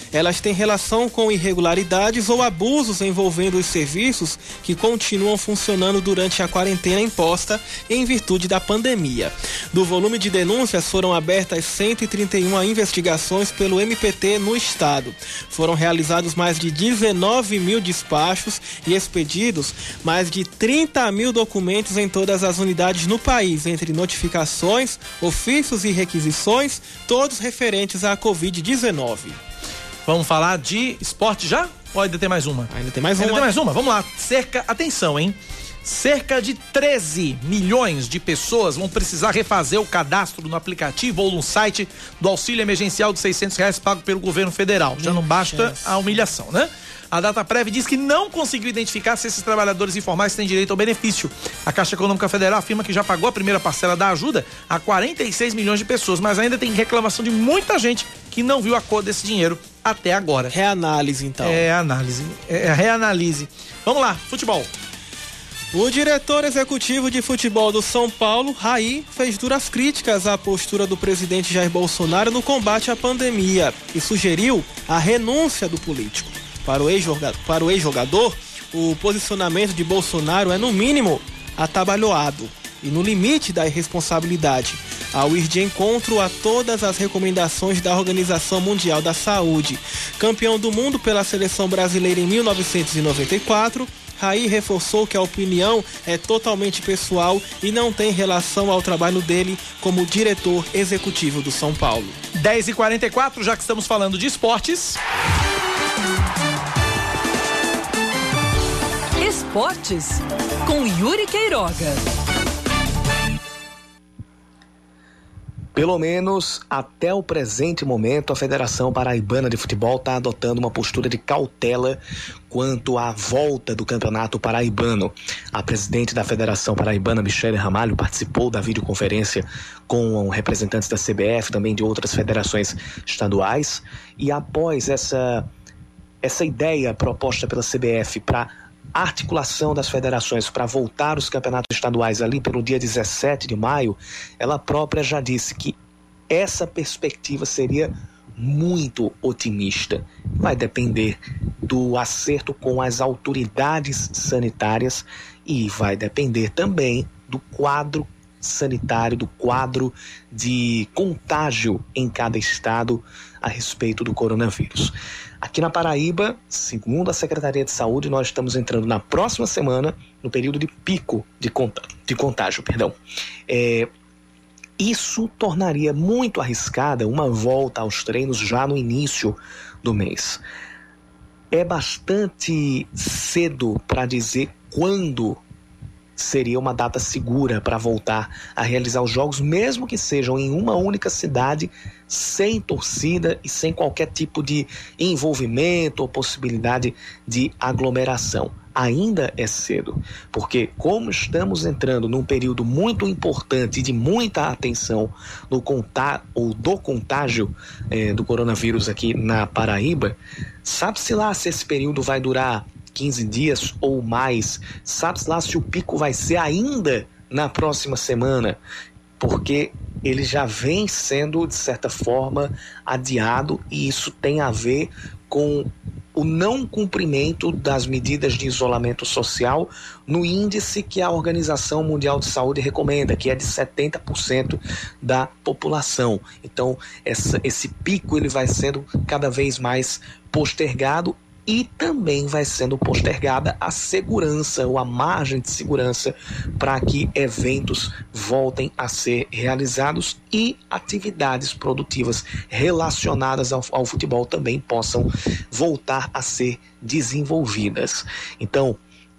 elas têm relação com irregularidades ou abusos envolvendo os serviços que continuam funcionando durante a quarentena imposta em virtude da pandemia. Do volume de denúncias, foram abertas cento e trinta e uma investigações pelo M P T no estado. Foram realizados mais de dezenove mil despachos e expedidos mais de trinta mil documentos em todas as unidades no país, entre notificações, ofícios e requisições, todos referentes à covid dezenove. Vamos falar de esporte já? Ou ainda tem mais uma? Ainda tem mais ainda uma. Tem mais uma, vamos lá. Cerca, atenção, hein? Cerca de treze milhões de pessoas vão precisar refazer o cadastro no aplicativo ou no site do auxílio emergencial de seiscentos reais pago pelo governo federal. Já não basta a humilhação, né? A Dataprev diz que não conseguiu identificar se esses trabalhadores informais têm direito ao benefício. A Caixa Econômica Federal afirma que já pagou a primeira parcela da ajuda a quarenta e seis milhões de pessoas, mas ainda tem reclamação de muita gente que não viu a cor desse dinheiro até agora. Reanálise, então. É, análise. É, reanálise. Vamos lá, futebol. O diretor executivo de futebol do São Paulo, Raí, fez duras críticas à postura do presidente Jair Bolsonaro no combate à pandemia e sugeriu a renúncia do político. Para o ex-jogador, para o ex-jogador, o posicionamento de Bolsonaro é, no mínimo, atabalhoado e no limite da irresponsabilidade, ao ir de encontro a todas as recomendações da Organização Mundial da Saúde. Campeão do mundo pela seleção brasileira em mil novecentos e noventa e quatro, Raí reforçou que a opinião é totalmente pessoal e não tem relação ao trabalho dele como diretor executivo do São Paulo. dez e quarenta e quatro, já que estamos falando de esportes. Esportes, com Yuri Queiroga. Pelo menos até o presente momento, a Federação Paraibana de Futebol está adotando uma postura de cautela quanto à volta do Campeonato Paraibano. A presidente da Federação Paraibana, Michele Ramalho, participou da videoconferência com representantes da C B F, também de outras federações estaduais, e após essa, essa ideia proposta pela C B F para articulação das federações para voltar os campeonatos estaduais ali pelo dia dezessete de maio, ela própria já disse que essa perspectiva seria muito otimista. Vai depender do acerto com as autoridades sanitárias e vai depender também do quadro sanitário, do quadro de contágio em cada estado a respeito do coronavírus. Aqui na Paraíba, segundo a Secretaria de Saúde, nós estamos entrando na próxima semana no período de pico de, conta, de contágio. Perdão. É, isso tornaria muito arriscada uma volta aos treinos já no início do mês. É bastante cedo para dizer quando seria uma data segura para voltar a realizar os jogos, mesmo que sejam em uma única cidade, sem torcida e sem qualquer tipo de envolvimento ou possibilidade de aglomeração. Ainda é cedo, porque como estamos entrando num período muito importante de muita atenção no contá- ou do contágio eh, do coronavírus aqui na Paraíba, sabe-se lá se esse período vai durar quinze dias ou mais, sabe-se lá se o pico vai ser ainda na próxima semana, porque ele já vem sendo, de certa forma, adiado, e isso tem a ver com o não cumprimento das medidas de isolamento social no índice que a Organização Mundial de Saúde recomenda, que é de setenta por cento da população. Então, essa, esse pico ele vai sendo cada vez mais postergado, e também vai sendo postergada a segurança ou a margem de segurança para que eventos voltem a ser realizados e atividades produtivas relacionadas ao, ao futebol também possam voltar a ser desenvolvidas. Então,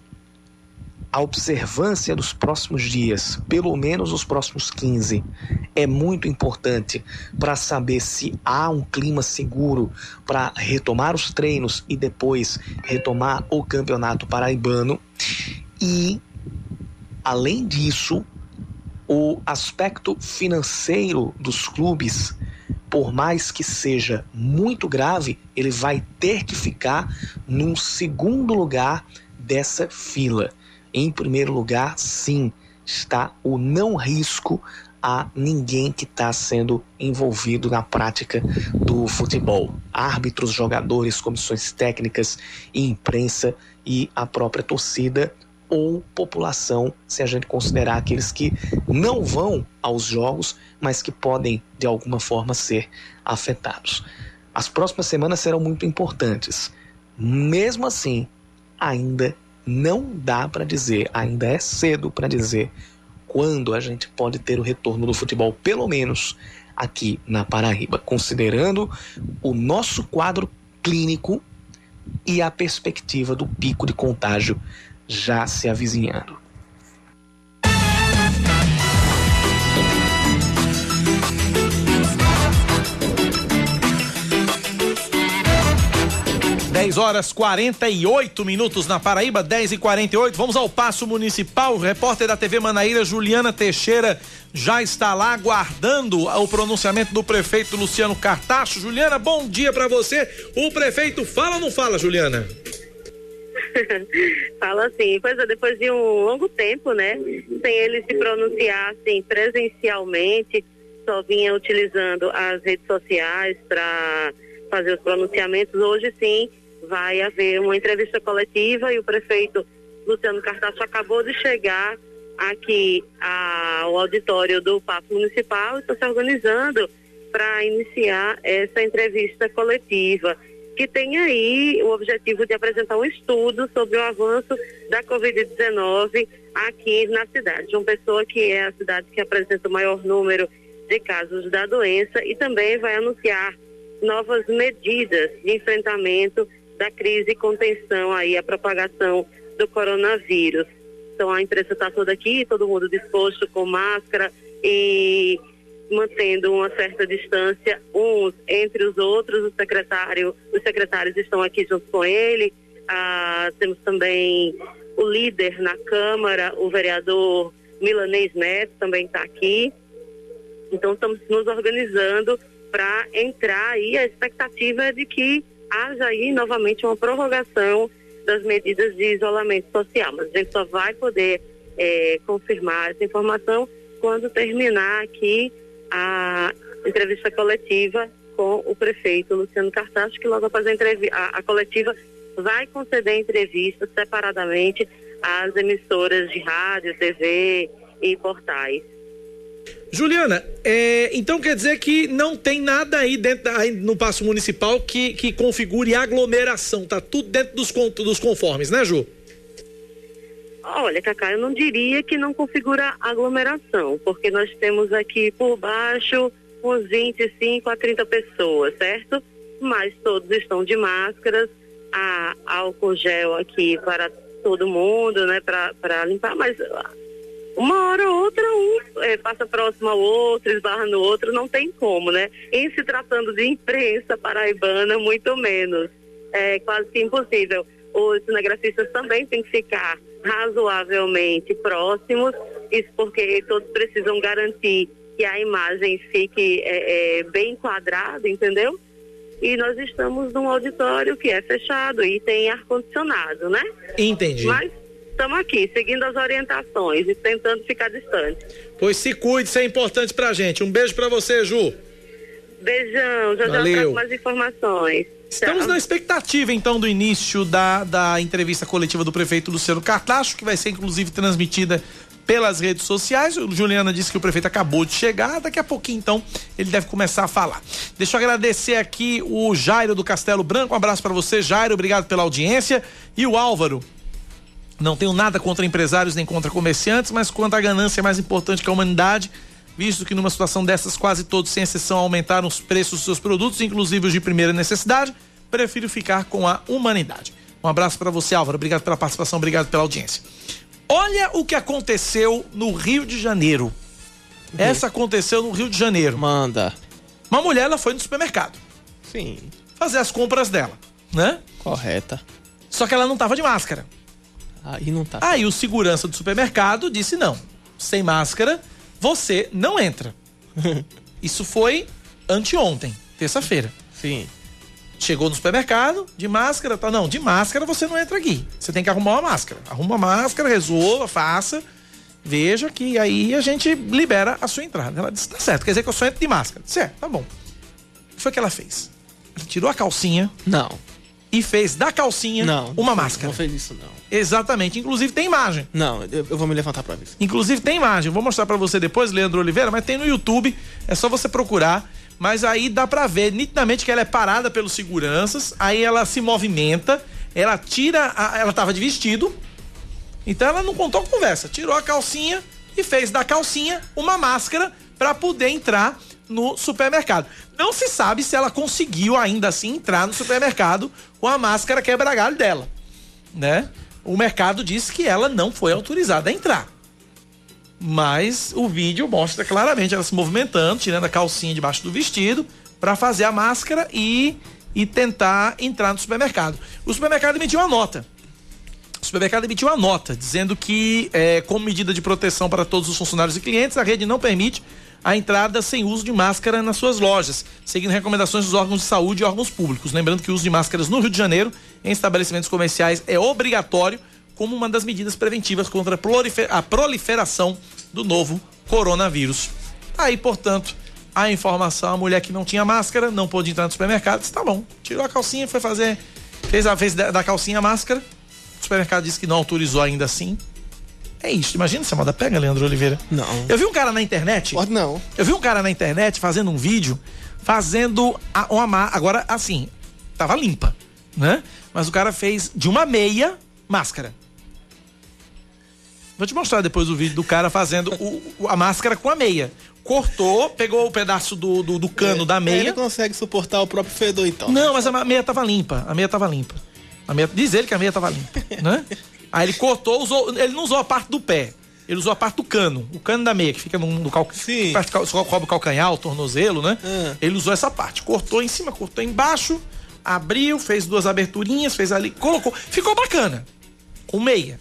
a observância dos próximos dias, pelo menos os próximos quinze, é muito importante para saber se há um clima seguro para retomar os treinos e depois retomar o Campeonato Paraibano. E, além disso, o aspecto financeiro dos clubes, por mais que seja muito grave, ele vai ter que ficar num segundo lugar dessa fila. Em primeiro lugar, sim, está o não risco a ninguém que está sendo envolvido na prática do futebol. Árbitros, jogadores, comissões técnicas e imprensa e a própria torcida ou população, se a gente considerar aqueles que não vão aos jogos, mas que podem de alguma forma ser afetados. As próximas semanas serão muito importantes. Mesmo assim, ainda não dá para dizer, ainda é cedo para dizer quando a gente pode ter o retorno do futebol, pelo menos aqui na Paraíba, considerando o nosso quadro clínico e a perspectiva do pico de contágio já se avizinhando. dez horas quarenta e oito minutos na Paraíba, dez e quarenta e oito. Vamos ao Paço Municipal. O repórter da T V Manaíra, Juliana Teixeira, já está lá aguardando o pronunciamento do prefeito Luciano Cartacho. Juliana, bom dia para você. O prefeito fala ou não fala, Juliana? Fala sim. Pois é, depois de um longo tempo, né, sem ele se pronunciar assim presencialmente, só vinha utilizando as redes sociais para fazer os pronunciamentos. Hoje sim vai haver uma entrevista coletiva e o prefeito Luciano Cartacho acabou de chegar aqui ao auditório do Paço Municipal e está se organizando para iniciar essa entrevista coletiva, que tem aí o objetivo de apresentar um estudo sobre o avanço da covid dezenove aqui na cidade. João Pessoa, que é a cidade que apresenta o maior número de casos da doença, e também vai anunciar novas medidas de enfrentamento da crise e contenção aí à propagação do coronavírus. Então a imprensa está toda aqui, todo mundo disposto com máscara e mantendo uma certa distância uns entre os outros. O secretário, os secretários estão aqui junto com ele. Ah, temos também o líder na Câmara, o vereador Milanês Neto também está aqui. Então estamos nos organizando para entrar aí. A expectativa é de que haja aí novamente uma prorrogação das medidas de isolamento social, mas a gente só vai poder é, confirmar essa informação quando terminar aqui a entrevista coletiva com o prefeito Luciano Cartacho, que logo após a, entrev- a, a coletiva vai conceder entrevistas separadamente às emissoras de rádio, T V e portais. Juliana, é, então quer dizer que não tem nada aí dentro da, aí no Paço Municipal que, que configure aglomeração, tá tudo dentro dos, dos conformes, né, Ju? Olha, Cacá, eu não diria que não configura aglomeração, porque nós temos aqui por baixo uns vinte e cinco a trinta pessoas, certo? Mas todos estão de máscaras, há álcool gel aqui para todo mundo, né, para limpar, mas uma hora ou outra um é, passa próximo ao outro, esbarra no outro, não tem como, né? Em se tratando de imprensa paraibana, muito menos. É quase que impossível. Os cinegrafistas também têm que ficar razoavelmente próximos, isso porque todos precisam garantir que a imagem fique é, é, bem enquadrada, entendeu? E nós estamos num auditório que é fechado e tem ar-condicionado, né? Entendi. Mas estamos aqui, seguindo as orientações e tentando ficar distante. Pois se cuide, isso é importante pra gente. Um beijo pra você, Ju. Beijão, já Valeu. já trago mais informações. Estamos na expectativa, então, do início da, da entrevista coletiva do prefeito Luciano Cartacho, que vai ser, inclusive, transmitida pelas redes sociais. O Juliana disse que o prefeito acabou de chegar, daqui a pouquinho, então, ele deve começar a falar. Deixa eu agradecer aqui o Jairo do Castelo Branco, um abraço para você, Jairo, obrigado pela audiência. E o Álvaro, não tenho nada contra empresários nem contra comerciantes, mas quanto à ganância é mais importante que a humanidade, visto que numa situação dessas quase todos, sem exceção, aumentaram os preços dos seus produtos, inclusive os de primeira necessidade, prefiro ficar com a humanidade. Um abraço para você, Álvaro, obrigado pela participação, obrigado pela audiência. Olha o que aconteceu no Rio de Janeiro. Uhum. Essa aconteceu no Rio de Janeiro. Manda. Uma mulher, ela foi no supermercado. Sim. Fazer as compras dela, né? Correta. Só que ela não tava de máscara. Aí não tá. Aí o segurança do supermercado disse não, sem máscara você não entra. Isso foi anteontem, terça-feira. Sim. Chegou no supermercado, de máscara, tá? Não, de máscara você não entra aqui. Você tem que arrumar uma máscara. Arruma uma máscara, resolva, faça. veja que aí a gente libera a sua entrada. Ela disse, tá certo, quer dizer que eu só entro de máscara. Disse, é, tá bom. O que foi que ela fez? Ela tirou a calcinha. Não. E fez da calcinha não, uma não máscara. Não fez isso, não. Exatamente. Inclusive tem imagem. Não, eu, eu vou me levantar pra ver isso. Inclusive tem imagem. Vou mostrar pra você depois, Leandro Oliveira, mas tem no YouTube. É só você procurar. Mas aí dá pra ver nitidamente que ela é parada pelos seguranças. Aí ela se movimenta. Ela tira... A, ela tava de vestido. Então ela não contou conversa. Tirou a calcinha e fez da calcinha uma máscara pra poder entrar no supermercado. Não se sabe se ela conseguiu ainda assim entrar no supermercado com a máscara quebra-galho dela, né? O mercado disse que ela não foi autorizada a entrar. Mas o vídeo mostra claramente ela se movimentando, tirando a calcinha debaixo do vestido para fazer a máscara e, e tentar entrar no supermercado. O supermercado emitiu uma nota. O supermercado emitiu uma nota dizendo que, é, como medida de proteção para todos os funcionários e clientes, a rede não permite a entrada sem uso de máscara nas suas lojas, seguindo recomendações dos órgãos de saúde e órgãos públicos. Lembrando que o uso de máscaras no Rio de Janeiro, em estabelecimentos comerciais, é obrigatório como uma das medidas preventivas contra a proliferação do novo coronavírus. Aí, portanto, a informação, a mulher que não tinha máscara, não pôde entrar no supermercado, disse, tá bom, tirou a calcinha, foi fazer, fez a vez da, da calcinha a máscara, o supermercado disse que não autorizou ainda assim. É isso, imagina se a moda pega, Leandro Oliveira. Não. Eu vi um cara na internet. Pode não. Eu vi um cara na internet fazendo um vídeo, fazendo a, uma. Agora, assim, tava limpa, né? Mas o cara fez de uma meia máscara. Vou te mostrar depois o vídeo do cara fazendo o, a máscara com a meia. Cortou, pegou o pedaço do, do, do cano é, da meia. Ele consegue suportar o próprio fedor, então. Não, mas a meia tava limpa. A meia tava limpa. A meia, diz ele que a meia tava limpa, né? Aí ele cortou, usou, ele não usou a parte do pé, ele usou a parte do cano, o cano da meia, que fica no, no calcanhar, cobre o calcanhar, o tornozelo, né? Ah. Ele usou essa parte, cortou em cima, cortou embaixo, abriu, fez duas aberturinhas, fez ali, colocou, ficou bacana, com meia,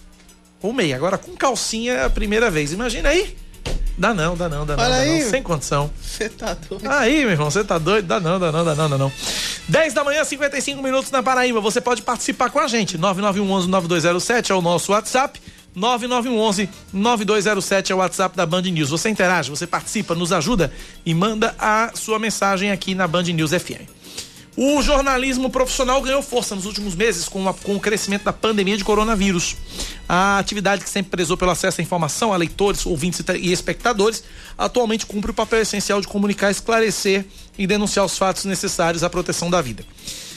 com meia, agora com calcinha é a primeira vez, imagina aí. Dá não, dá não, dá não, Olha dá aí, não, sem condição. Você tá doido. Aí, meu irmão, você tá doido? Dá não, dá não, dá não, dá não. dez da manhã, cinquenta e cinco minutos na Paraíba. Você pode participar com a gente. nove nove um um, nove dois zero sete é o nosso WhatsApp. nove nove um um, nove dois zero sete é o WhatsApp da Band News. Você interage, você participa, nos ajuda e manda a sua mensagem aqui na Band News F M. O jornalismo profissional ganhou força nos últimos meses com, a, com o crescimento da pandemia de coronavírus. A atividade que sempre prezou pelo acesso à informação a leitores, ouvintes e espectadores, atualmente cumpre o papel essencial de comunicar, esclarecer e denunciar os fatos necessários à proteção da vida.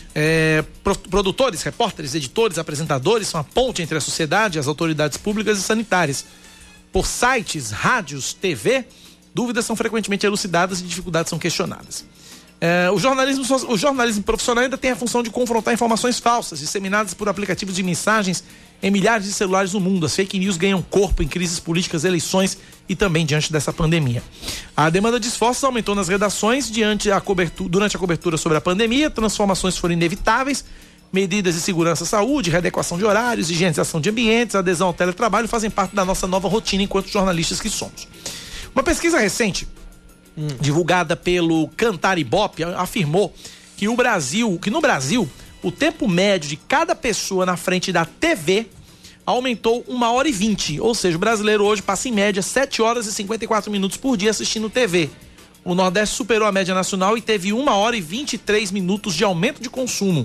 É, produtores, repórteres, editores, apresentadores são a ponte entre a sociedade, as autoridades públicas e sanitárias. Por sites, rádios, T V, dúvidas são frequentemente elucidadas e dificuldades são questionadas. É, o, jornalismo, o jornalismo profissional ainda tem a função de confrontar informações falsas, disseminadas por aplicativos de mensagens em milhares de celulares no mundo. As fake news ganham corpo em crises políticas, eleições e também diante dessa pandemia. A demanda de esforços aumentou nas redações diante a cobertura, durante a cobertura sobre a pandemia. Transformações foram inevitáveis. Medidas de segurança, saúde, readequação de horários, higienização de ambientes, adesão ao teletrabalho fazem parte da nossa nova rotina enquanto jornalistas que somos. Uma pesquisa recente Hum. divulgada pelo Cantar Ibope, afirmou que o Brasil, que no Brasil, o tempo médio de cada pessoa na frente da T V aumentou uma hora e vinte, ou seja, o brasileiro hoje passa em média sete horas e cinquenta e quatro minutos por dia assistindo T V. O Nordeste superou a média nacional e teve uma hora e vinte e três minutos de aumento de consumo.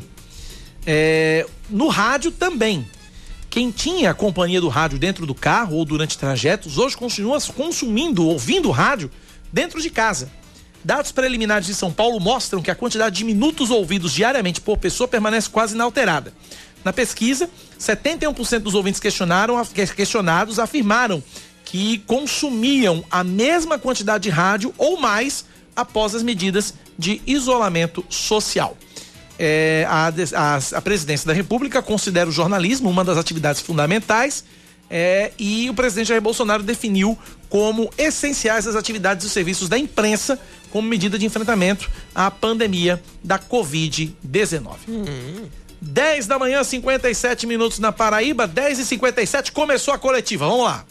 É, no rádio também. Quem tinha a companhia do rádio dentro do carro ou durante trajetos, hoje continua consumindo, ouvindo rádio dentro de casa. Dados preliminares de São Paulo mostram que a quantidade de minutos ouvidos diariamente por pessoa permanece quase inalterada. Na pesquisa, setenta e um por cento dos ouvintes questionaram, questionados afirmaram que consumiam a mesma quantidade de rádio ou mais após as medidas de isolamento social. É, a, a, a presidência da República considera o jornalismo uma das atividades fundamentais. É, e o presidente Jair Bolsonaro definiu como essenciais as atividades e os serviços da imprensa como medida de enfrentamento à pandemia da covid dezenove. Uhum. dez da manhã, cinquenta e sete minutos na Paraíba, dez e cinquenta e sete, começou a coletiva. Vamos lá.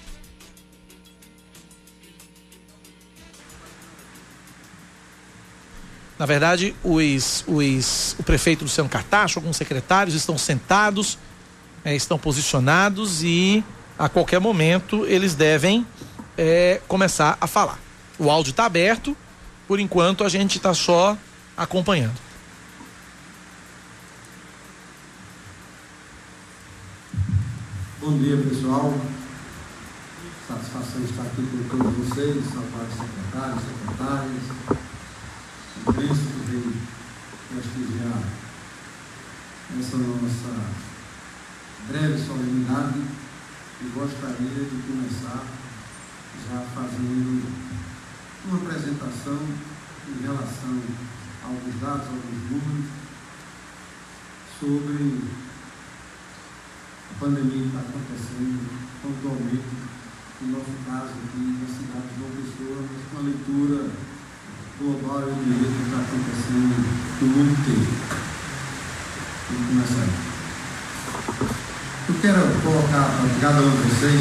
Na verdade, os, os, o prefeito Luciano Cartacho, alguns secretários estão sentados, É, estão posicionados e a qualquer momento eles devem é, começar a falar. O áudio está aberto, por enquanto a gente está só acompanhando. Bom dia, pessoal. Satisfação estar aqui com todos vocês, saudades secretários, secretárias. Penso que veio prestigiar essa nossa breve solenidade e gostaria de começar já fazendo uma apresentação em relação a alguns dados, alguns números sobre a pandemia que está acontecendo pontualmente, no nosso caso aqui na cidade de João Pessoa, mas com a leitura global, eu diria que está acontecendo no mundo inteiro. Vamos começar aí. Eu quero colocar para cada um de vocês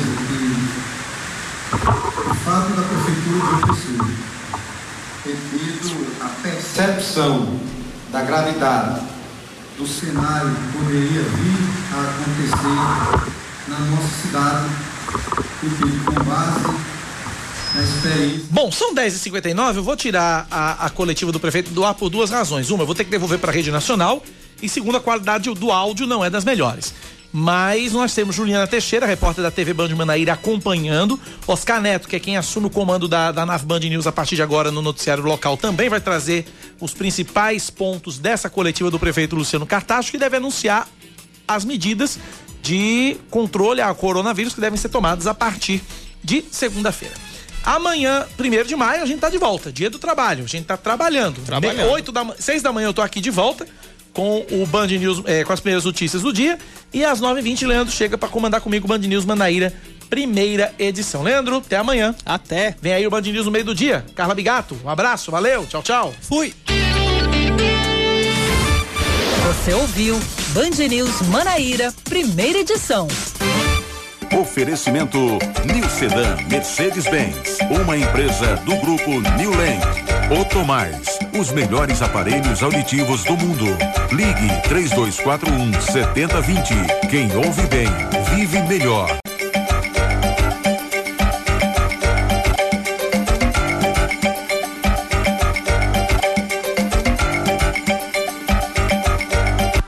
aqui o fato da Prefeitura de João Pessoa ter tido a percepção da gravidade do cenário que poderia vir a acontecer na nossa cidade, com base na experiência. Bom, são dez e cinquenta e nove, eu vou tirar a, a coletiva do prefeito do ar por duas razões. Uma, eu vou ter que devolver para a Rede Nacional, e segunda, a qualidade do áudio não é das melhores. Mas nós temos Juliana Teixeira, repórter da T V Band de Manaíra, acompanhando. Oscar Neto, que é quem assume o comando da, da N A V Band News a partir de agora no noticiário local, também vai trazer os principais pontos dessa coletiva do prefeito Luciano Cartacho, que deve anunciar as medidas de controle ao coronavírus que devem ser tomadas a partir de segunda-feira. Amanhã, primeiro de maio, a gente tá de volta, dia do trabalho, a gente tá trabalhando. Trabalhando. oito da, seis da manhã eu tô aqui de volta com o Band News, é, com as primeiras notícias do dia, e às nove e vinte, Leandro chega para comandar comigo o Band News Manaíra, primeira edição. Leandro, até amanhã. Até. Vem aí o Band News no meio do dia. Carla Bigato, um abraço, valeu, tchau, tchau. Fui. Você ouviu Band News Manaíra, primeira edição. Oferecimento New Sedan Mercedes-Benz, uma empresa do grupo New Lane. Otomais, os melhores aparelhos auditivos do mundo. Ligue três dois quatro um, sete zero dois zero. Quem ouve bem, vive melhor.